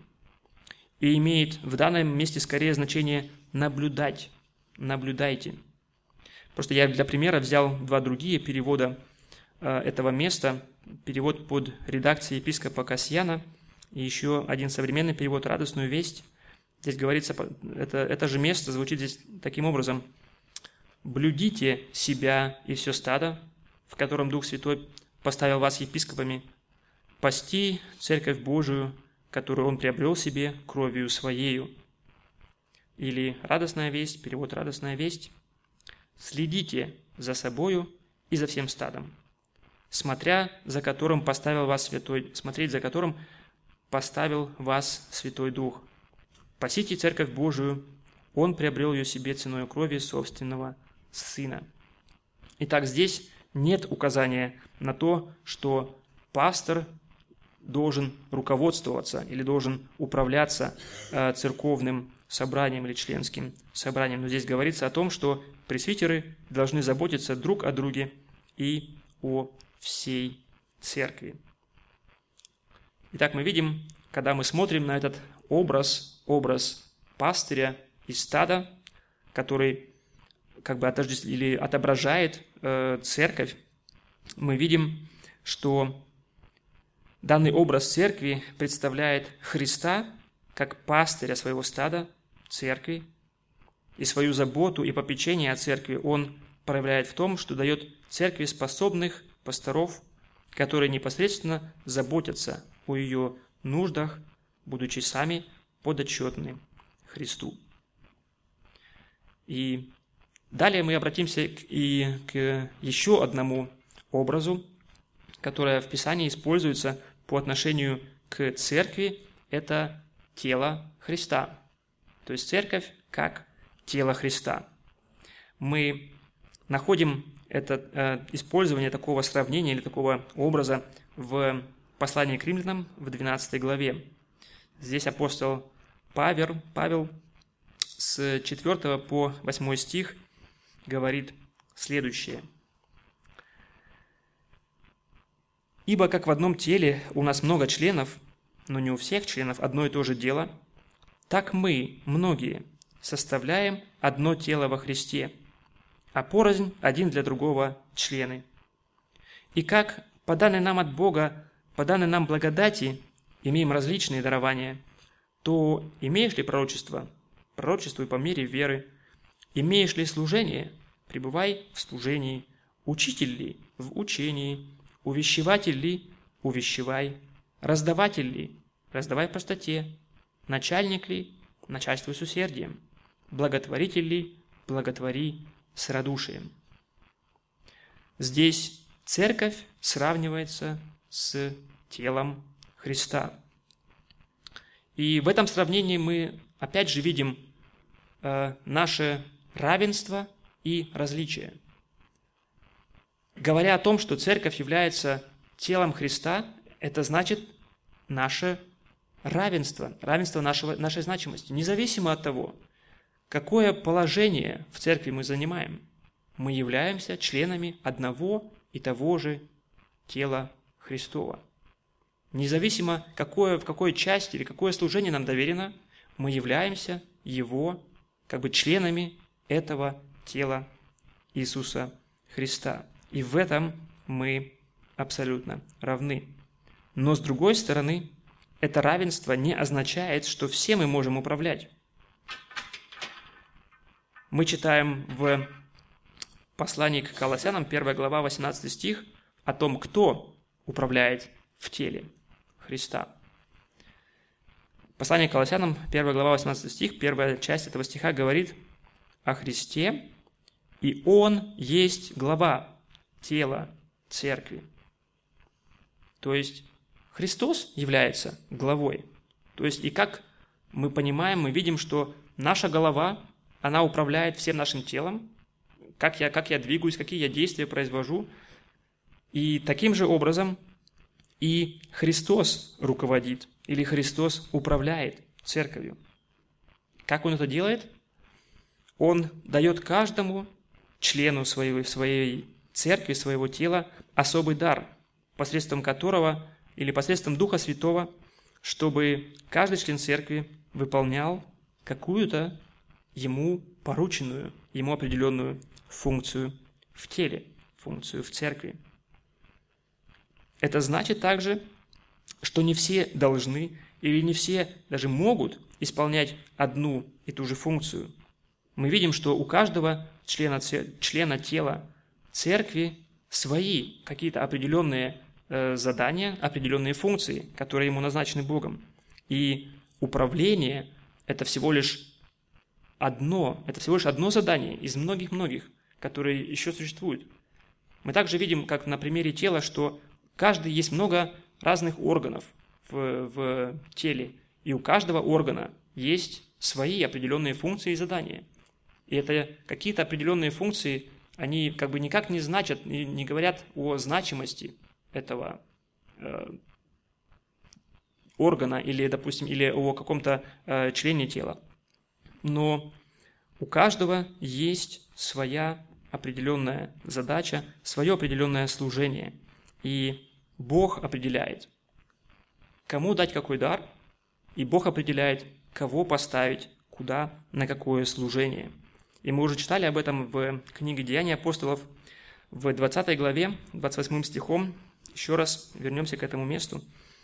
и имеет в данном месте скорее значение наблюдать. Наблюдайте. Просто я для примера взял два другие перевода э, этого места. Перевод под редакцией епископа Касьяна и еще один современный перевод «Радостную весть». Здесь говорится, это, это же место звучит здесь таким образом: «Блюдите себя и все стадо, в котором Дух Святой поставил вас епископами, пасти церковь Божию, которую Он приобрел себе кровью Своею». Или «Радостная весть», перевод «Радостная весть». «Следите за собою и за всем стадом, смотря за которым поставил вас Святой, смотреть за которым поставил вас Святой Дух. Пасите церковь Божию, Он приобрел ее себе ценой крови собственного Сына». Итак, здесь нет указания на то, что пастор должен руководствоваться или должен управляться э, церковным собранием или членским собранием. Но здесь говорится о том, что пресвитеры должны заботиться друг о друге и о всей церкви. Итак, мы видим, когда мы смотрим на этот образ, образ пастыря и стада, который как бы отождеств... или отображает э, церковь, мы видим, что Данный образ церкви представляет Христа как пастыря своего стада, церкви, и свою заботу и попечение о церкви он проявляет в том, что дает церкви способных пасторов, которые непосредственно заботятся о ее нуждах, будучи сами подотчетны Христу. И далее мы обратимся и к еще одному образу, который в Писании используется по отношению к церкви, это тело Христа. То есть церковь как тело Христа. Мы находим это э, использование такого сравнения или такого образа в послании к римлянам в двенадцатой главе. Здесь апостол Павел, Павел с четвёртого по восьмой стих говорит следующее. «Ибо как в одном теле у нас много членов, но не у всех членов одно и то же дело, так мы, многие, составляем одно тело во Христе, а порознь один для другого члены. И как по данной нам от Бога, по данной нам благодати, имеем различные дарования, то имеешь ли пророчество? Пророчествуй по мере веры. Имеешь ли служение? Пребывай в служении. Учитель ли? В учении. Увещеватель ли? Увещевай. Раздаватель ли? Раздавай в простоте. Начальник ли? Начальствуй с усердием. Благотворитель ли? Благотвори с радушием». Здесь церковь сравнивается с телом Христа. И в этом сравнении мы опять же видим э, наше равенство и различие. Говоря о том, что церковь является телом Христа, это значит наше равенство, равенство нашего, нашей значимости, независимо от того, какое положение в церкви мы занимаем. Мы являемся членами одного и того же тела Христова. Независимо, какое, в какой части или какое служение нам доверено, мы являемся Его, как бы членами этого тела Иисуса Христа. И в этом мы абсолютно равны. Но с другой стороны, это равенство не означает, что все мы можем управлять. Мы читаем в послании к Колоссянам, первая глава, восемнадцатый стих, о том, кто управляет в теле Христа. Послание к Колоссянам, первая глава, восемнадцатый стих, первая часть этого стиха говорит о Христе, и Он есть глава тела церкви. То есть Христос является главой. То есть и как мы понимаем, мы видим, что наша голова, она управляет всем нашим телом, как я, как я двигаюсь, какие я действия произвожу. И таким же образом и Христос руководит, или Христос управляет церковью. Как Он это делает? Он дает каждому члену своей, своей церкви, своего тела особый дар, посредством которого или посредством Духа Святого, чтобы каждый член церкви выполнял какую-то ему порученную, ему определенную функцию в теле, функцию в церкви. Это значит также, что не все должны или не все даже могут исполнять одну и ту же функцию. Мы видим, что у каждого члена, члена тела церкви свои какие-то определенные э, задания, определенные функции, которые ему назначены Богом. И управление – это всего лишь одно, это всего лишь одно задание из многих-многих, которые еще существуют. Мы также видим, как на примере тела, что каждый есть много разных органов в, в теле, и у каждого органа есть свои определенные функции и задания. И это какие-то определенные функции, они как бы никак не значат, не говорят о значимости этого э, органа или, допустим, или о каком-то э, члене тела. Но у каждого есть своя определенная задача, свое определенное служение. И Бог определяет, кому дать какой дар, и Бог определяет, кого поставить, куда, на какое служение. И мы уже читали об этом в книге «Деяния апостолов» в двадцатой главе, двадцать восьмым стихом. Еще раз вернемся к этому месту.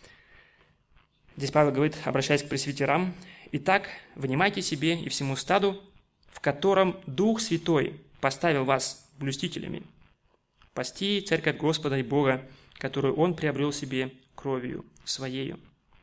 здесь Павел говорит, обращаясь к пресвитерам: «Итак, внимайте себе и всему стаду, в котором Дух Святой поставил вас блюстителями, пасти церковь Господа и Бога, которую Он приобрел себе кровью Своею».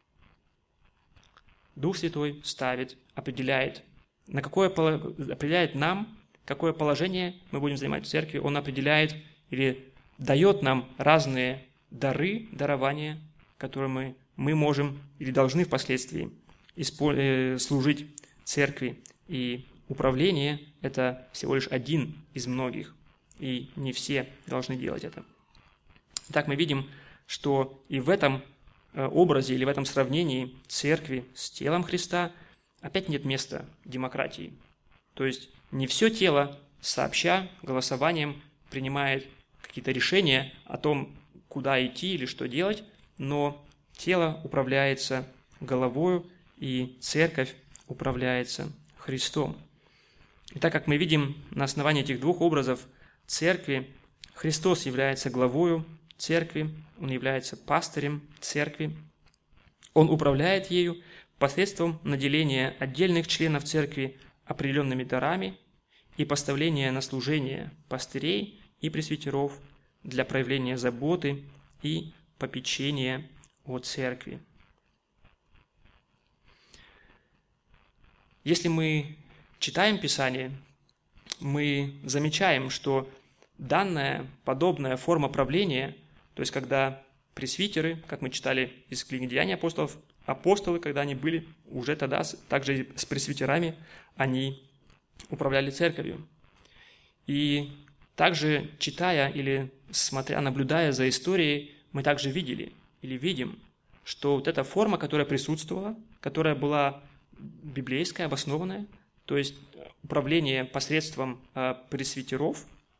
Дух Святой ставит, определяет, на какое, определяет нам, какое положение мы будем занимать в церкви. Он определяет или дает нам разные дары, дарования, которые мы, мы можем или должны впоследствии служить церкви. И управление – это всего лишь один из многих, и не все должны делать это. Итак, мы видим, что и в этом образе или в этом сравнении церкви с телом Христа опять нет места демократии. То есть не все тело сообща, голосованием принимает какие-то решения о том, куда идти или что делать, но тело управляется головою, и церковь управляется Христом. И так как мы видим на основании этих двух образов церкви, Христос является главою церкви, Он является пастырем церкви, Он управляет ею посредством наделения отдельных членов церкви определенными дарами и поставления на служение пастырей и пресвитеров для проявления заботы и попечения о церкви. Если мы читаем Писание, мы замечаем, что данная подобная форма правления, то есть когда пресвитеры, как мы читали из книги «Деяния апостолов», апостолы, когда они были уже тогда, также и с пресвитерами, они управляли церковью. И также читая или смотря, наблюдая за историей, мы также видели или видим, что вот эта форма, которая присутствовала, которая была библейская, обоснованная, то есть управление посредством э, пресвитеров,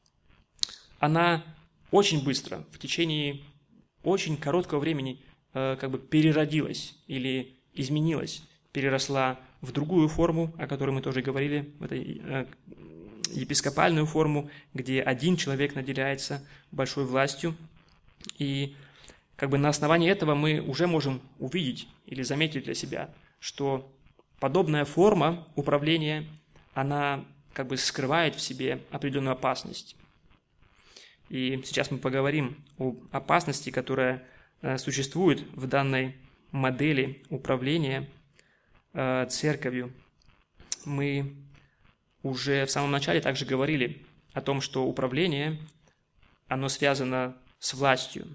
она очень быстро, в течение очень короткого времени э, как бы переродилась или изменилась, переросла в другую форму, о которой мы тоже говорили, в этой э, епископальную форму, где один человек наделяется большой властью. И как бы на основании этого мы уже можем увидеть или заметить для себя, что подобная форма управления, она как бы скрывает в себе определенную опасность. И сейчас мы поговорим об опасности, которая э, существует в данной модели управления э, церковью. Мы уже в самом начале также говорили о том, что управление, оно связано с властью.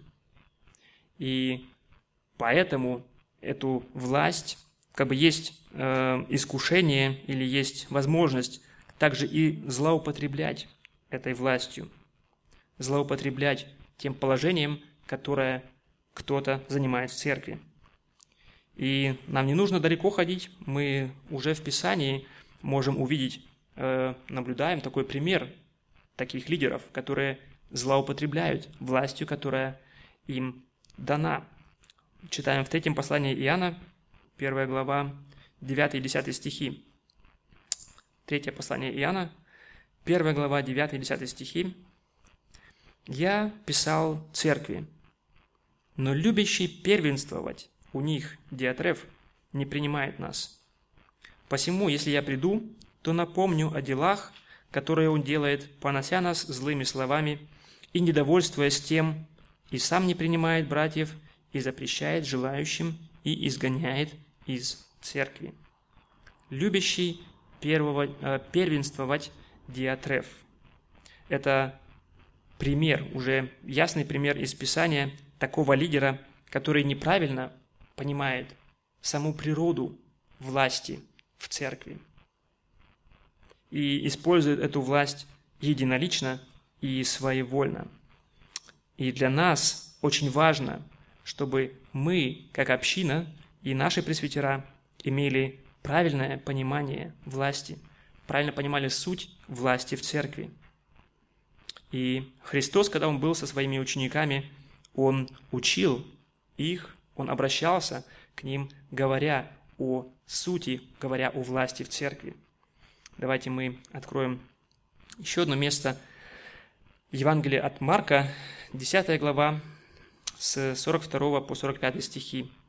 И поэтому эту власть, как бы есть э, искушение или есть возможность также и злоупотреблять этой властью, злоупотреблять тем положением, которое кто-то занимает в церкви. И нам не нужно далеко ходить, мы уже в Писании можем увидеть, э, наблюдаем такой пример таких лидеров, которые злоупотребляют властью, которая им дана. Читаем в третьем послании Иоанна, первая глава, девятый и десятый стихи. Третье послание Иоанна, первая глава, девятый и десятый стихи. «Я писал церкви, но любящий первенствовать у них Диатреф не принимает нас. Посему, если я приду, то напомню о делах, которые он делает, понося нас злыми словами и недовольствуясь тем, и сам не принимает братьев, и запрещает желающим, и изгоняет из церкви. Любящий первого, э, первенствовать Диатреф». Это пример, уже ясный пример из Писания такого лидера, который неправильно понимает саму природу власти в церкви и использует эту власть единолично и своевольно. И для нас очень важно, чтобы мы, как община и наши пресвитера, имели правильное понимание власти, правильно понимали суть власти в церкви. И Христос, когда Он был со своими учениками, Он учил их, Он обращался к ним, говоря о сути, говоря о власти в церкви. Давайте мы откроем еще одно место. Евангелие от Марка, десятая глава, с сорок второго по сорок пятый стихи.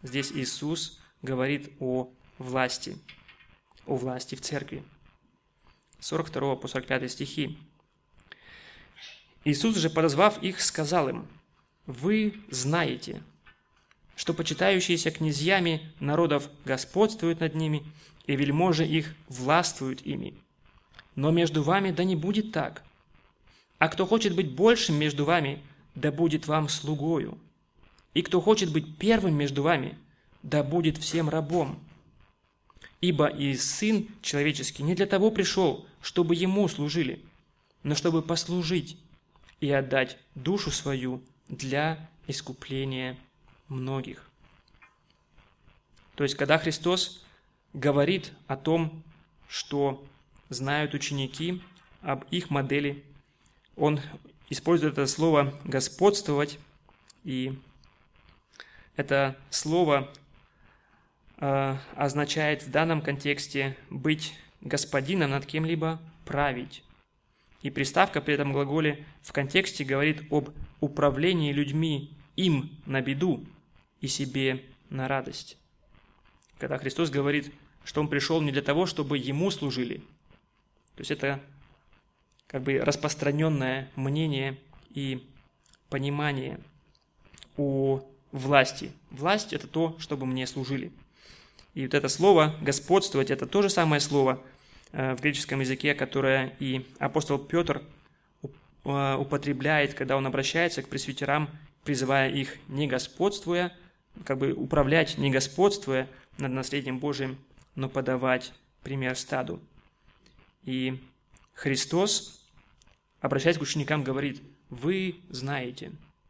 здесь Иисус говорит о власти, о власти в церкви. С сорок второго по сорок пятый стихи. «Иисус же, подозвав их, сказал им: вы знаете, что почитающиеся князьями народов господствуют над ними, и вельможи их властвуют ими. Но между вами да не будет так. А кто хочет быть большим между вами, да будет вам слугою. И кто хочет быть первым между вами, да будет всем рабом. Ибо и Сын Человеческий не для того пришел, чтобы Ему служили, но чтобы послужить и отдать душу свою для искупления многих». То есть, когда Христос говорит о том, что знают ученики, об их модели, Он использует это слово «господствовать», и это слово э, означает в данном контексте быть господином над кем-либо, править. И приставка при этом глаголе в контексте говорит об управлении людьми им на беду и себе на радость. Когда Христос говорит, что Он пришел не для того, чтобы Ему служили. То есть это как бы распространенное мнение и понимание о власти. Власть – это то, чтобы мне служили. И вот это слово «господствовать» – это то же самое слово в греческом языке, которое и апостол Петр употребляет, когда он обращается к пресвитерам, призывая их, не господствуя, как бы управлять, не господствуя над наследием Божиим, но подавать пример стаду. И Христос, обращаясь к ученикам, говорит: вы знаете.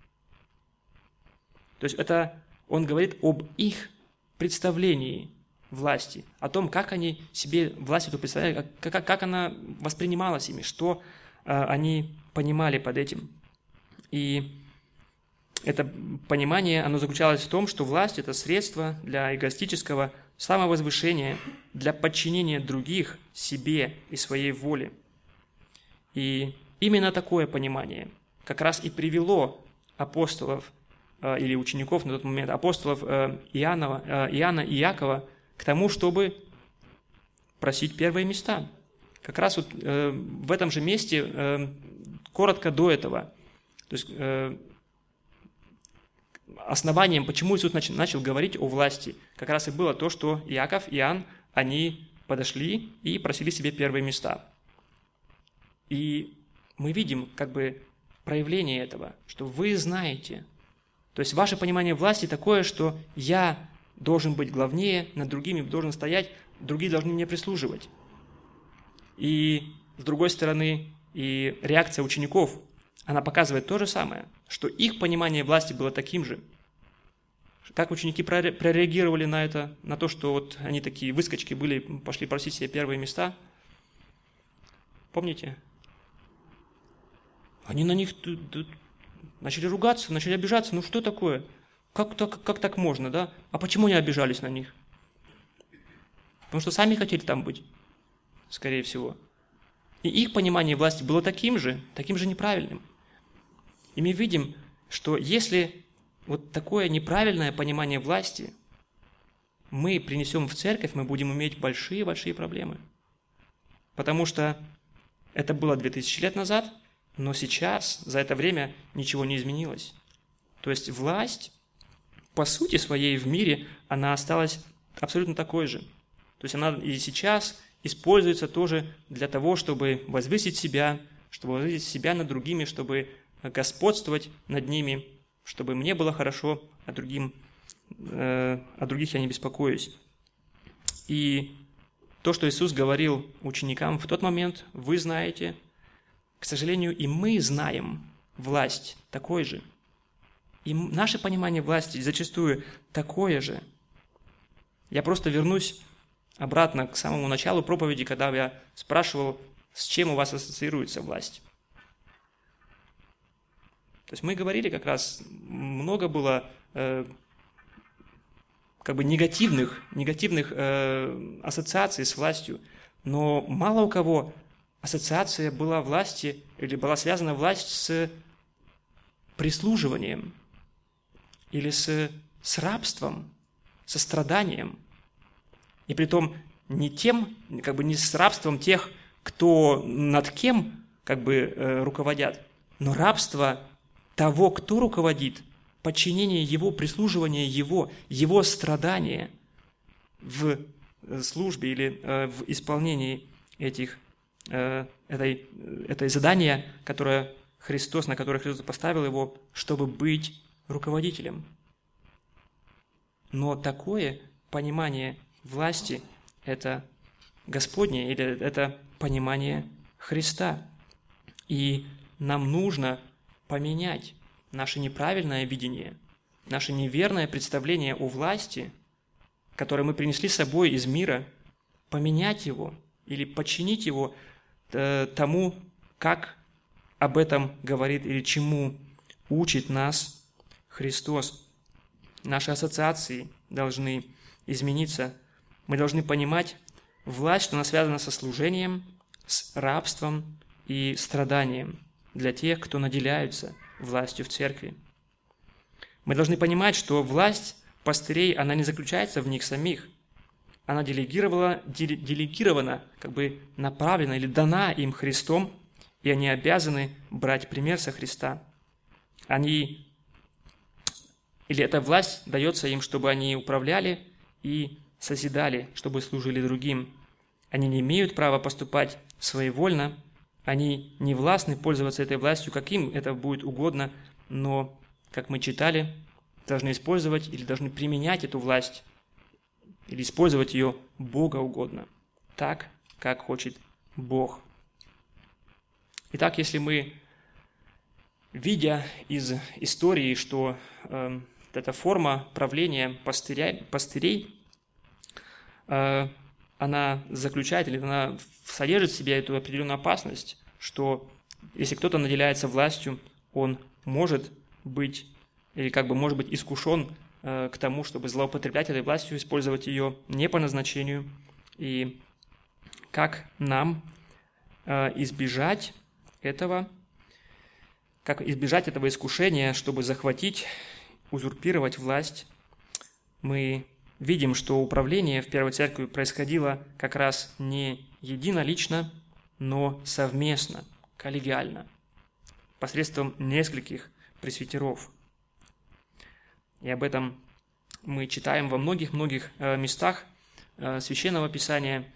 То есть это Он говорит об их представлении власти, о том, как они себе власть эту представляли, как, как, как она воспринималась ими, что э, они понимали под этим. И это понимание, оно заключалось в том, что власть – это средство для эгоистического самовозвышения, для подчинения других себе и своей воле. И именно такое понимание как раз и привело апостолов э, или учеников на тот момент, апостолов э, Иоанна, э, Иоанна и Иакова к тому, чтобы просить первые места. Как раз вот э, в этом же месте, э, коротко до этого, то есть э, основанием, почему Иисус начал, начал говорить о власти, как раз и было то, что Иаков, Иоанн, они подошли и просили себе первые места. И мы видим как бы проявление этого, что вы знаете. То есть ваше понимание власти такое, что я должен быть главнее, над другими должен стоять, другие должны мне прислуживать. И с другой стороны, и реакция учеников, она показывает то же самое, что их понимание власти было таким же. Как ученики прореагировали на это, на то, что вот они такие выскочки были, пошли просить себе первые места. Помните? Они на них начали ругаться, начали обижаться. Ну что такое? Как так, как так можно, да? А почему не обижались на них? Потому что сами хотели там быть, скорее всего. И их понимание власти было таким же, таким же неправильным. И мы видим, что если вот такое неправильное понимание власти мы принесем в церковь, мы будем иметь большие-большие проблемы. Потому что это было две тысячи лет назад, но сейчас, за это время, ничего не изменилось. То есть власть, по сути своей в мире, она осталась абсолютно такой же. То есть она и сейчас используется тоже для того, чтобы возвысить себя, чтобы возвысить себя над другими, чтобы господствовать над ними, чтобы мне было хорошо, а другим, э, о других я не беспокоюсь. И то, что Иисус говорил ученикам в тот момент, вы знаете, к сожалению, и мы знаем власть такой же. И наше понимание власти зачастую такое же. Я просто вернусь обратно к самому началу проповеди, когда я спрашивал, с чем у вас ассоциируется власть. То есть мы говорили как раз, много было э, как бы негативных, негативных э, ассоциаций с властью, но мало у кого ассоциация была власти, или была связана власть с прислуживанием, или с, с рабством. состраданием. И притом не тем, как бы не с рабством тех, кто над кем как бы э, руководят, но рабство того, кто руководит, подчинение его, прислуживание его, его страдания в службе или э, в исполнении этих, э, этой, этой задания, которое Христос, на которое Христос поставил его, чтобы быть руководителем. Но такое понимание власти – это Господне, или это понимание Христа. И нам нужно поменять наше неправильное видение, наше неверное представление о власти, которое мы принесли с собой из мира, поменять его или подчинить его э, тому, как об этом говорит или чему учит нас Христос. Наши ассоциации должны измениться. Мы должны понимать власть, что она связана со служением, с рабством и страданием для тех, кто наделяются властью в церкви. Мы должны понимать, что власть пастырей, она не заключается в них самих. Она делегировала, делегирована, как бы направлена или дана им Христом, и они обязаны брать пример со Христа. Они, или эта власть дается им, чтобы они управляли и созидали, чтобы служили другим. Они не имеют права поступать своевольно, они не властны пользоваться этой властью, как им это будет угодно, но, как мы читали, должны использовать или должны применять эту власть, или использовать ее богоугодно, так, как хочет Бог. Итак, если мы, видя из истории, что э, эта форма правления пастыря, пастырей, э, она заключает или она содержит в себе эту определенную опасность, что если кто-то наделяется властью, он может быть или как бы может быть искушен э, к тому, чтобы злоупотреблять этой властью, использовать ее не по назначению. И как нам э, избежать этого, как избежать этого искушения, чтобы захватить, узурпировать власть, мы видим, что управление в Первой Церкви происходило как раз не единолично, но совместно, коллегиально, посредством нескольких пресвитеров. И об этом мы читаем во многих-многих местах Священного Писания.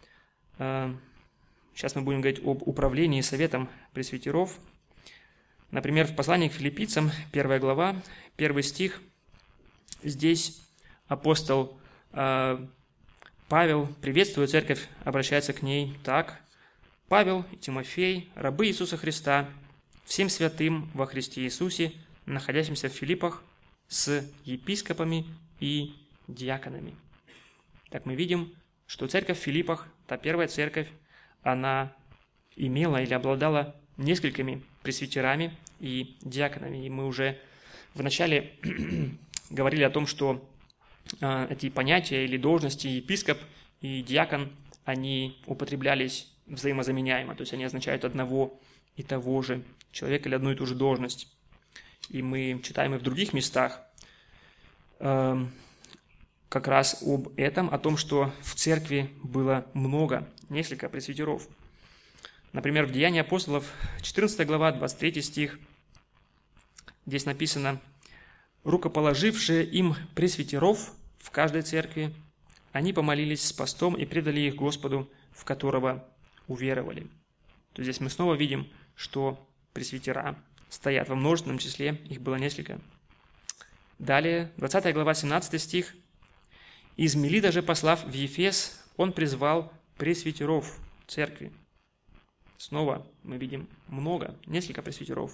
Сейчас мы будем говорить об управлении советом пресвитеров. Например, в послании к Филиппийцам, первая глава, первый стих, здесь апостол э, Павел приветствует церковь, обращается к ней так. «Павел и Тимофей, рабы Иисуса Христа, всем святым во Христе Иисусе, находящимся в Филиппах, с епископами и диаконами». Так мы видим, что церковь в Филиппах, та первая церковь, она имела или обладала несколькими пресвитерами и диаконами. И мы уже вначале говорили о том, что э, эти понятия или должности епископ и диакон, они употреблялись взаимозаменяемо, то есть они означают одного и того же человека или одну и ту же должность. И мы читаем и в других местах э, как раз об этом, о том, что в церкви было много, несколько пресвитеров. Например, в Деянии апостолов, четырнадцатая глава, двадцать третий стих, здесь написано: «Рукоположившие им пресвитеров в каждой церкви, они помолились с постом и предали их Господу, в которого уверовали». То здесь мы снова видим, что пресвитера стоят во множественном числе, их было несколько. Далее, двадцатая глава, семнадцатый стих. «Из Мелита же, послав в Ефес, он призвал пресвитеров церкви». Снова мы видим много, несколько пресвитеров.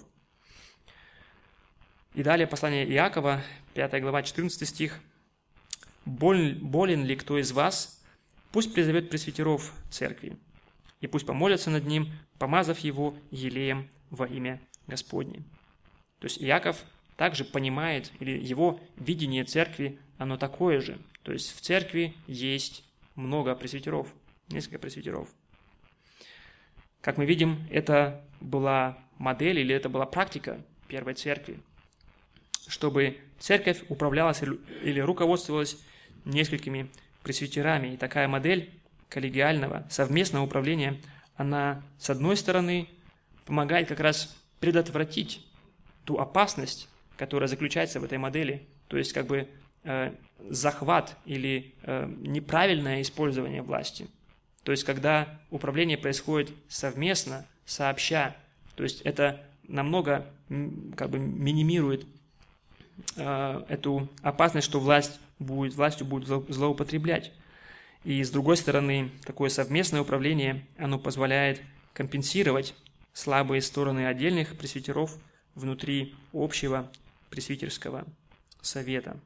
И далее послание Иакова, пятая глава, четырнадцатый стих. «Болен ли кто из вас? Пусть призовет пресвитеров церкви, и пусть помолятся над ним, помазав его елеем во имя Господне». То есть Иаков также понимает, или его видение церкви, оно такое же. То есть в церкви есть много пресвитеров, несколько пресвитеров. Как мы видим, это была модель или это была практика первой церкви, чтобы церковь управлялась или руководствовалась несколькими пресвитерами. И такая модель коллегиального, совместного управления, она, с одной стороны, помогает как раз предотвратить ту опасность, которая заключается в этой модели, то есть как бы э, захват или э, неправильное использование власти. То есть когда управление происходит совместно, сообща, то есть это намного как бы минимирует э, эту опасность, что власть будет, властью будут злоупотреблять. И с другой стороны, такое совместное управление, оно позволяет компенсировать слабые стороны отдельных пресвитеров внутри общего пресвитерского совета.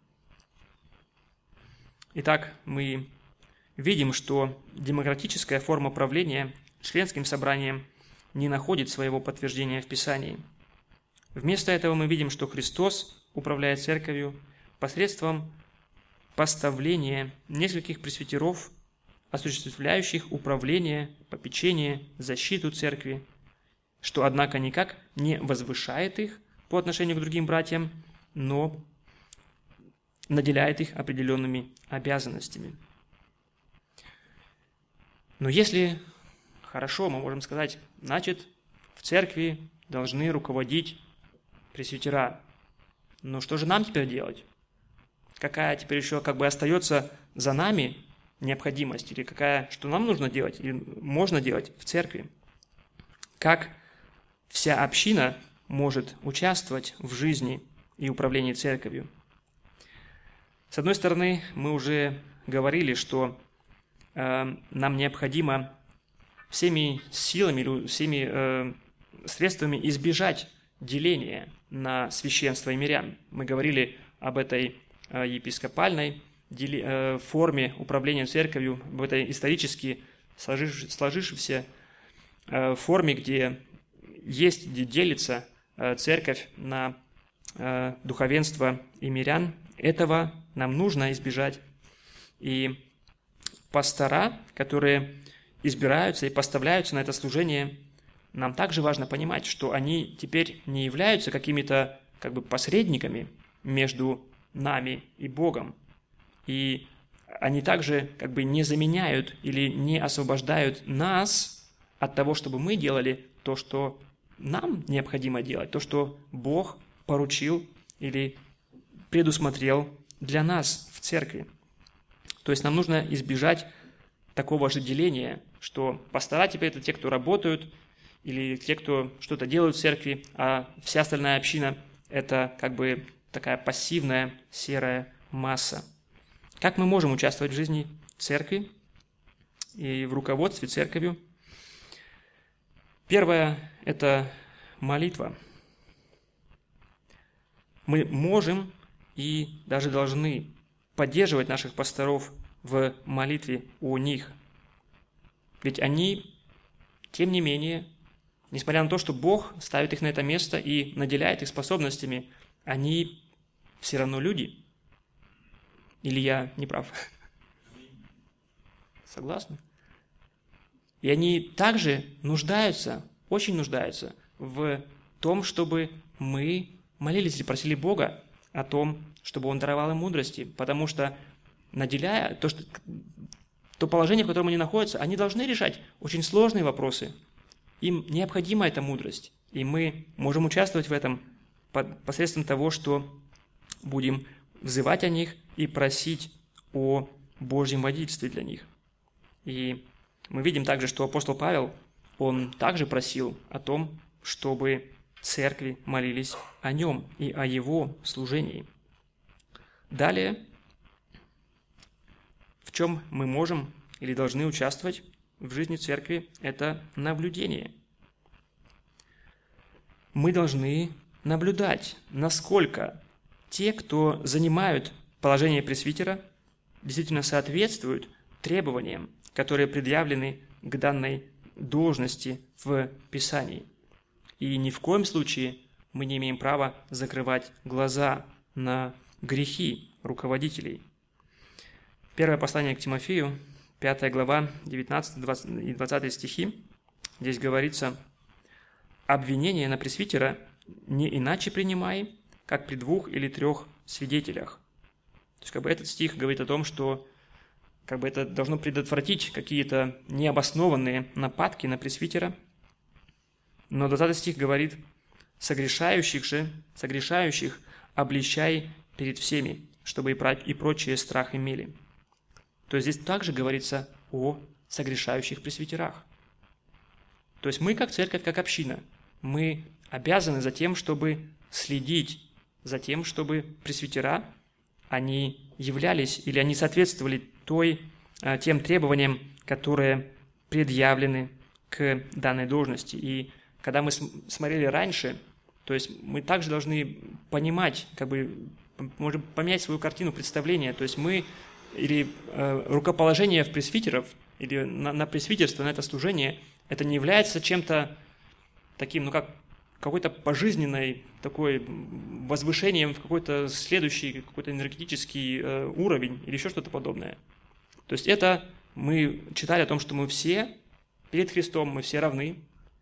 Итак, мы видим, что демократическая форма правления членским собранием не находит своего подтверждения в Писании. Вместо этого мы видим, что Христос управляет церковью посредством поставления нескольких пресвитеров, осуществляющих управление, попечение, защиту церкви, что, однако, никак не возвышает их по отношению к другим братьям, но наделяет их определенными обязанностями. Но если хорошо, мы можем сказать, значит, в церкви должны руководить пресвитера. Но что же нам теперь делать? Какая теперь еще как бы остается за нами необходимость? Или какая, что нам нужно делать, или можно делать в церкви? Как вся община может участвовать в жизни и управлении церковью? С одной стороны, мы уже говорили, что э, нам необходимо всеми силами или всеми э, средствами избежать деления на священство и мирян. Мы говорили об этой э, епископальной дели, э, форме управления церковью, об этой исторически сложившейся, сложившейся э, форме, где есть, где делится э, церковь на э, духовенство и мирян. Этого нам нужно избежать. И пастора, которые избираются и поставляются на это служение, нам также важно понимать, что они теперь не являются какими-то как бы посредниками между нами и Богом. И они также как бы не заменяют или не освобождают нас от того, чтобы мы делали то, что нам необходимо делать, то, что Бог поручил или предусмотрел для нас в церкви. То есть нам нужно избежать такого же деления, что пастора теперь это те, кто работают, или те, кто что-то делают в церкви, а вся остальная община – это как бы такая пассивная серая масса. Как мы можем участвовать в жизни церкви и в руководстве церковью? Первое – это молитва. Мы можем и даже должны поддерживать наших пасторов в молитве о них. Ведь они, тем не менее, несмотря на то, что Бог ставит их на это место и наделяет их способностями, они все равно люди. Или я не прав? Согласны? И они также нуждаются, очень нуждаются в том, чтобы мы молились и просили Бога о том, чтобы Он даровал им мудрости, потому что, наделяя то, что, то положение, в котором они находятся, они должны решать очень сложные вопросы. Им необходима эта мудрость, и мы можем участвовать в этом посредством того, что будем взывать о них и просить о Божьем водительстве для них. И мы видим также, что апостол Павел, он также просил о том, чтобы церкви молились о нем и о его служении. Далее, в чем мы можем или должны участвовать в жизни церкви, это наблюдение. Мы должны наблюдать, насколько те, кто занимают положение пресвитера, действительно соответствуют требованиям, которые предъявлены к данной должности в Писании. И ни в коем случае мы не имеем права закрывать глаза на грехи руководителей. Первое послание к Тимофею, пятая глава, девятнадцатый и двадцатый стихи. Здесь говорится: «Обвинение на пресвитера не иначе принимай, как при двух или трех свидетелях. То есть как бы этот стих говорит о том, что как бы это должно предотвратить какие-то необоснованные нападки на пресвитера. Но двадцатый стих говорит: «Согрешающих же, согрешающих обличай перед всеми, чтобы и прочие страх имели». То есть здесь также говорится о согрешающих пресвитерах. То есть мы, как церковь, как община, мы обязаны за тем, чтобы следить за тем, чтобы пресвитера, они являлись или они соответствовали той, тем требованиям, которые предъявлены к данной должности. И когда мы смотрели раньше, то есть мы также должны понимать, как бы, можем поменять свою картину представления. То есть мы или э, рукоположение в пресвитеров, или на, на пресвитерство, на это служение, это не является чем-то таким, ну как какой-то пожизненной такой возвышением в какой-то следующий, какой-то энергетический э, уровень или еще что-то подобное. То есть это мы читали о том, что мы все перед Христом, мы все равны,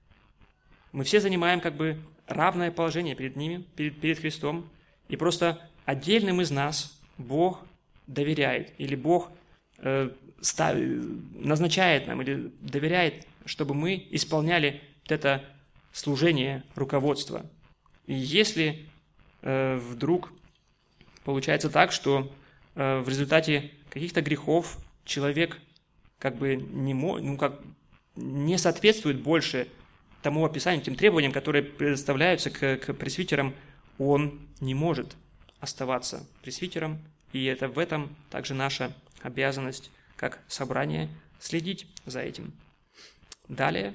мы все занимаем как бы равное положение перед ними, перед, перед Христом, и просто отдельным из нас Бог доверяет, или Бог э, став, назначает нам, или доверяет, чтобы мы исполняли вот это служение руководства. И если э, вдруг получается так, что э, в результате каких-то грехов человек как бы не, ну, как, не соответствует больше тому описанию, тем требованиям, которые предоставляются к, к пресвитерам, он не может оставаться пресвитером, и это в этом также наша обязанность как собрание следить за этим. Далее,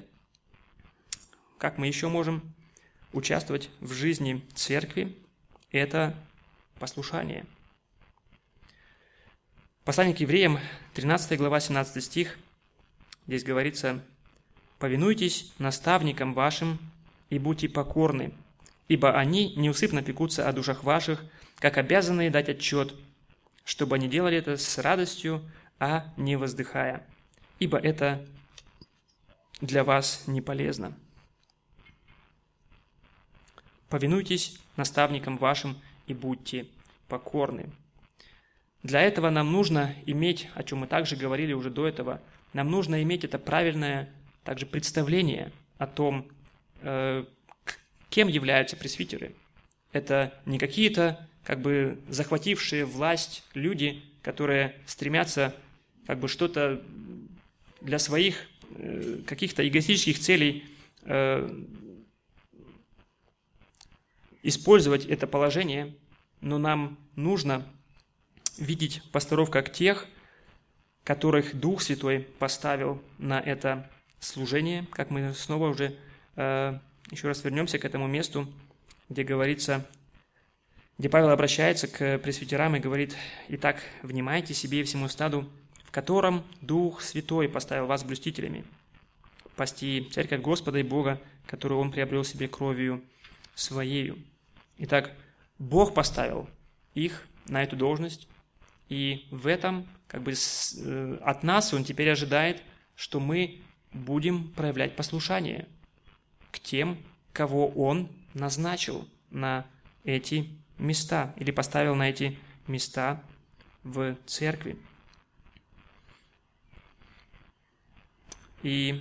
как мы еще можем участвовать в жизни церкви, это послушание. Послание к евреям, тринадцатая глава, семнадцатый стих, здесь говорится: «Повинуйтесь наставникам вашим и будьте покорны, ибо они неусыпно пекутся о душах ваших, как обязанные дать отчет, чтобы они делали это с радостью, а не воздыхая, ибо это для вас не полезно». «Повинуйтесь наставникам вашим и будьте покорны». Для этого нам нужно иметь, о чем мы также говорили уже до этого, нам нужно иметь это правильное также представление о том, кем являются пресвитеры. Это не какие-то как бы захватившие власть люди, которые стремятся как бы что-то для своих каких-то эгоистических целей использовать это положение, но нам нужно видеть пасторов как тех, которых Дух Святой поставил на это служение, как мы снова уже э, еще раз вернемся к этому месту, где говорится, где Павел обращается к пресвитерам и говорит: «Итак, внимайте себе и всему стаду, в котором Дух Святой поставил вас блюстителями, пасти церковь Господа и Бога, которую Он приобрел себе кровью Своею». Итак, Бог поставил их на эту должность, и в этом как бы с, э, от нас Он теперь ожидает, что мы будем проявлять послушание к тем, кого Он назначил на эти места или поставил на эти места в церкви. И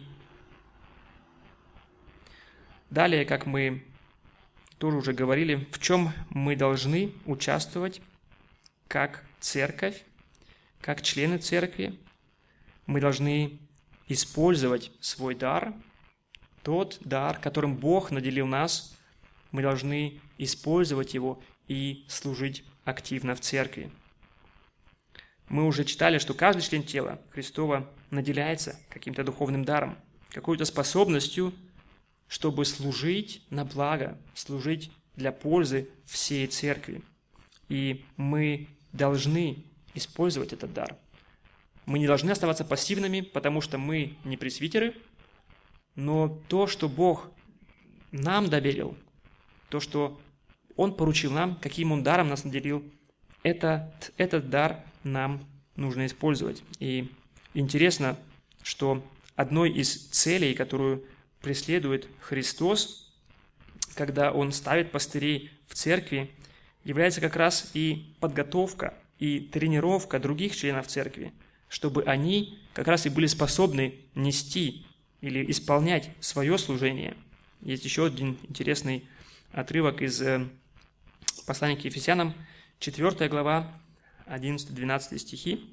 далее, как мы тоже уже говорили, в чем мы должны участвовать как церковь, как члены церкви. Мы должны использовать свой дар, тот дар, которым Бог наделил нас, мы должны использовать его и служить активно в церкви. Мы уже читали, что каждый член тела Христова наделяется каким-то духовным даром, какой-то способностью, чтобы служить на благо, служить для пользы всей церкви. И мы должны использовать этот дар. Мы не должны оставаться пассивными, потому что мы не пресвитеры, но то, что Бог нам доверил, то, что Он поручил нам, каким Он даром нас наделил, этот, этот дар нам нужно использовать. И интересно, что одной из целей, которую преследует Христос, когда Он ставит пастырей в церкви, является как раз и подготовка и тренировка других членов церкви, чтобы они как раз и были способны нести или исполнять свое служение. Есть еще один интересный отрывок из послания к Ефесянам, четвёртая глава, одиннадцатый-двенадцатый стихи.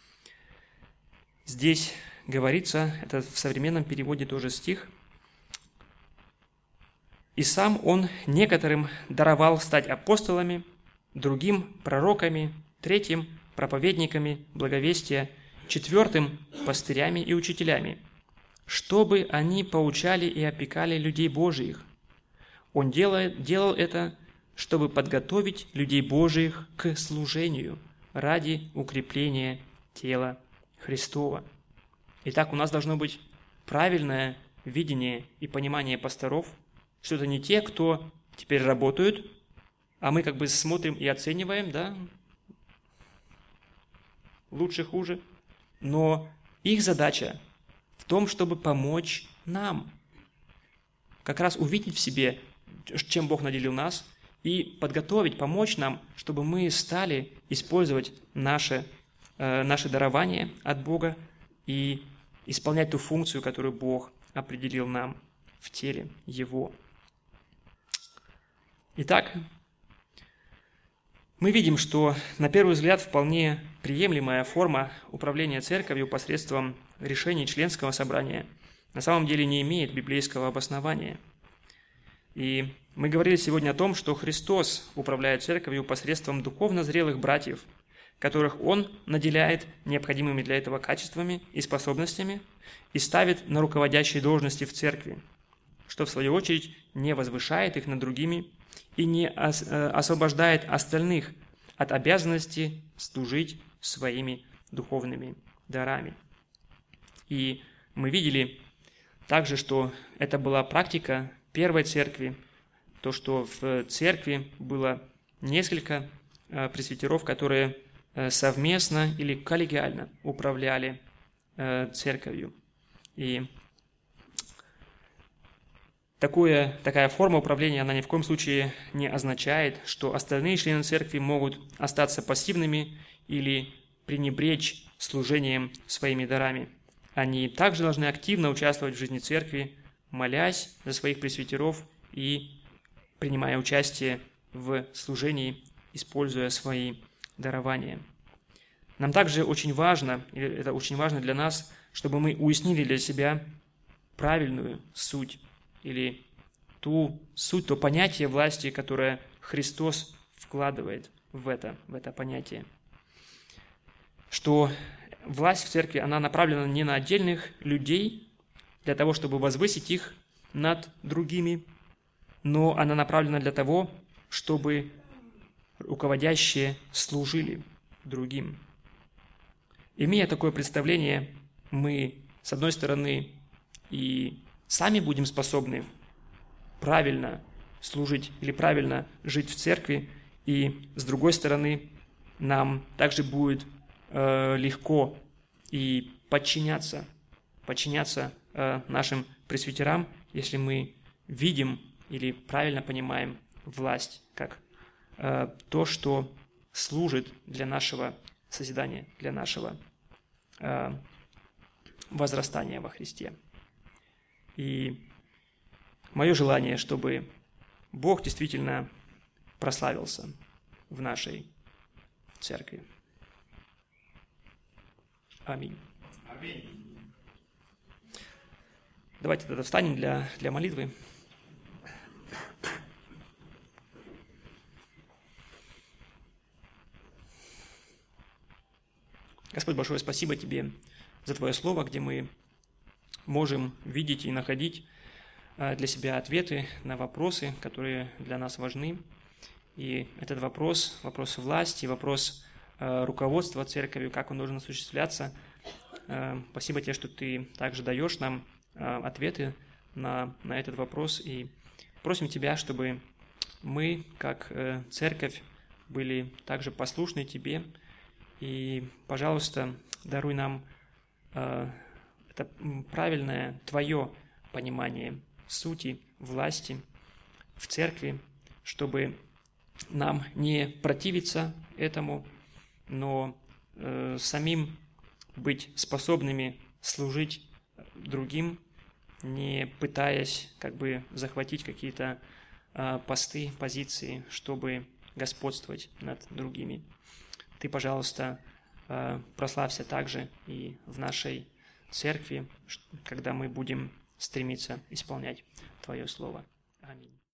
Здесь говорится, это в современном переводе тоже стих: «И сам Он некоторым даровал стать апостолами, другим – пророками, третьим – проповедниками благовестия, четвертым – пастырями и учителями, чтобы они поучали и опекали людей Божиих. Он делает, делал это, чтобы подготовить людей Божиих к служению ради укрепления тела Христова». Итак, у нас должно быть правильное видение и понимание пасторов, что это не те, кто теперь работают, а мы как бы смотрим и оцениваем, да, лучше, хуже, но их задача в том, чтобы помочь нам, как раз увидеть в себе, чем Бог наделил нас, и подготовить, помочь нам, чтобы мы стали использовать наше, э, наше дарование от Бога и исполнять ту функцию, которую Бог определил нам в теле Его. Итак, мы видим, что на первый взгляд вполне приемлемая форма управления церковью посредством решений членского собрания на самом деле не имеет библейского обоснования. И мы говорили сегодня о том, что Христос управляет церковью посредством духовно зрелых братьев, которых Он наделяет необходимыми для этого качествами и способностями и ставит на руководящие должности в церкви, что в свою очередь не возвышает их над другими и не освобождает остальных от обязанности служить своими духовными дарами. И мы видели также, что это была практика первой церкви, то, что в церкви было несколько пресвитеров, которые совместно или коллегиально управляли церковью. И такое, такая форма управления, она ни в коем случае не означает, что остальные члены церкви могут остаться пассивными или пренебречь служением своими дарами. Они также должны активно участвовать в жизни церкви, молясь за своих пресвитеров и принимая участие в служении, используя свои дарования. Нам также очень важно, и это очень важно для нас, чтобы мы уяснили для себя правильную суть или ту суть, то понятие власти, которое Христос вкладывает в это, в это понятие. Что власть в церкви, она направлена не на отдельных людей, для того, чтобы возвысить их над другими, но она направлена для того, чтобы руководящие служили другим. Имея такое представление, мы, с одной стороны, и сами будем способны правильно служить или правильно жить в церкви, и, с другой стороны, нам также будет э, легко и подчиняться, подчиняться э, нашим пресвитерам, если мы видим или правильно понимаем власть как э, то, что служит для нашего созидания, для нашего э, возрастания во Христе. И мое желание, чтобы Бог действительно прославился в нашей церкви. Аминь. Аминь. Давайте тогда встанем для, для молитвы. Господь, большое спасибо Тебе за Твое Слово, где мы можем видеть и находить для себя ответы на вопросы, которые для нас важны. И этот вопрос, вопрос власти, вопрос руководства церковью, как он должен осуществляться. Спасибо Тебе, что Ты также даешь нам ответы на, на этот вопрос. И просим Тебя, чтобы мы, как церковь, были также послушны Тебе. И, пожалуйста, даруй нам э, это правильное Твое понимание сути власти в церкви, чтобы нам не противиться этому, но э, самим быть способными служить другим, не пытаясь как бы захватить какие-то э, посты, позиции, чтобы господствовать над другими. Ты, пожалуйста, э, прославься также и в нашей церкви, когда мы будем стремиться исполнять Твое Слово. Аминь.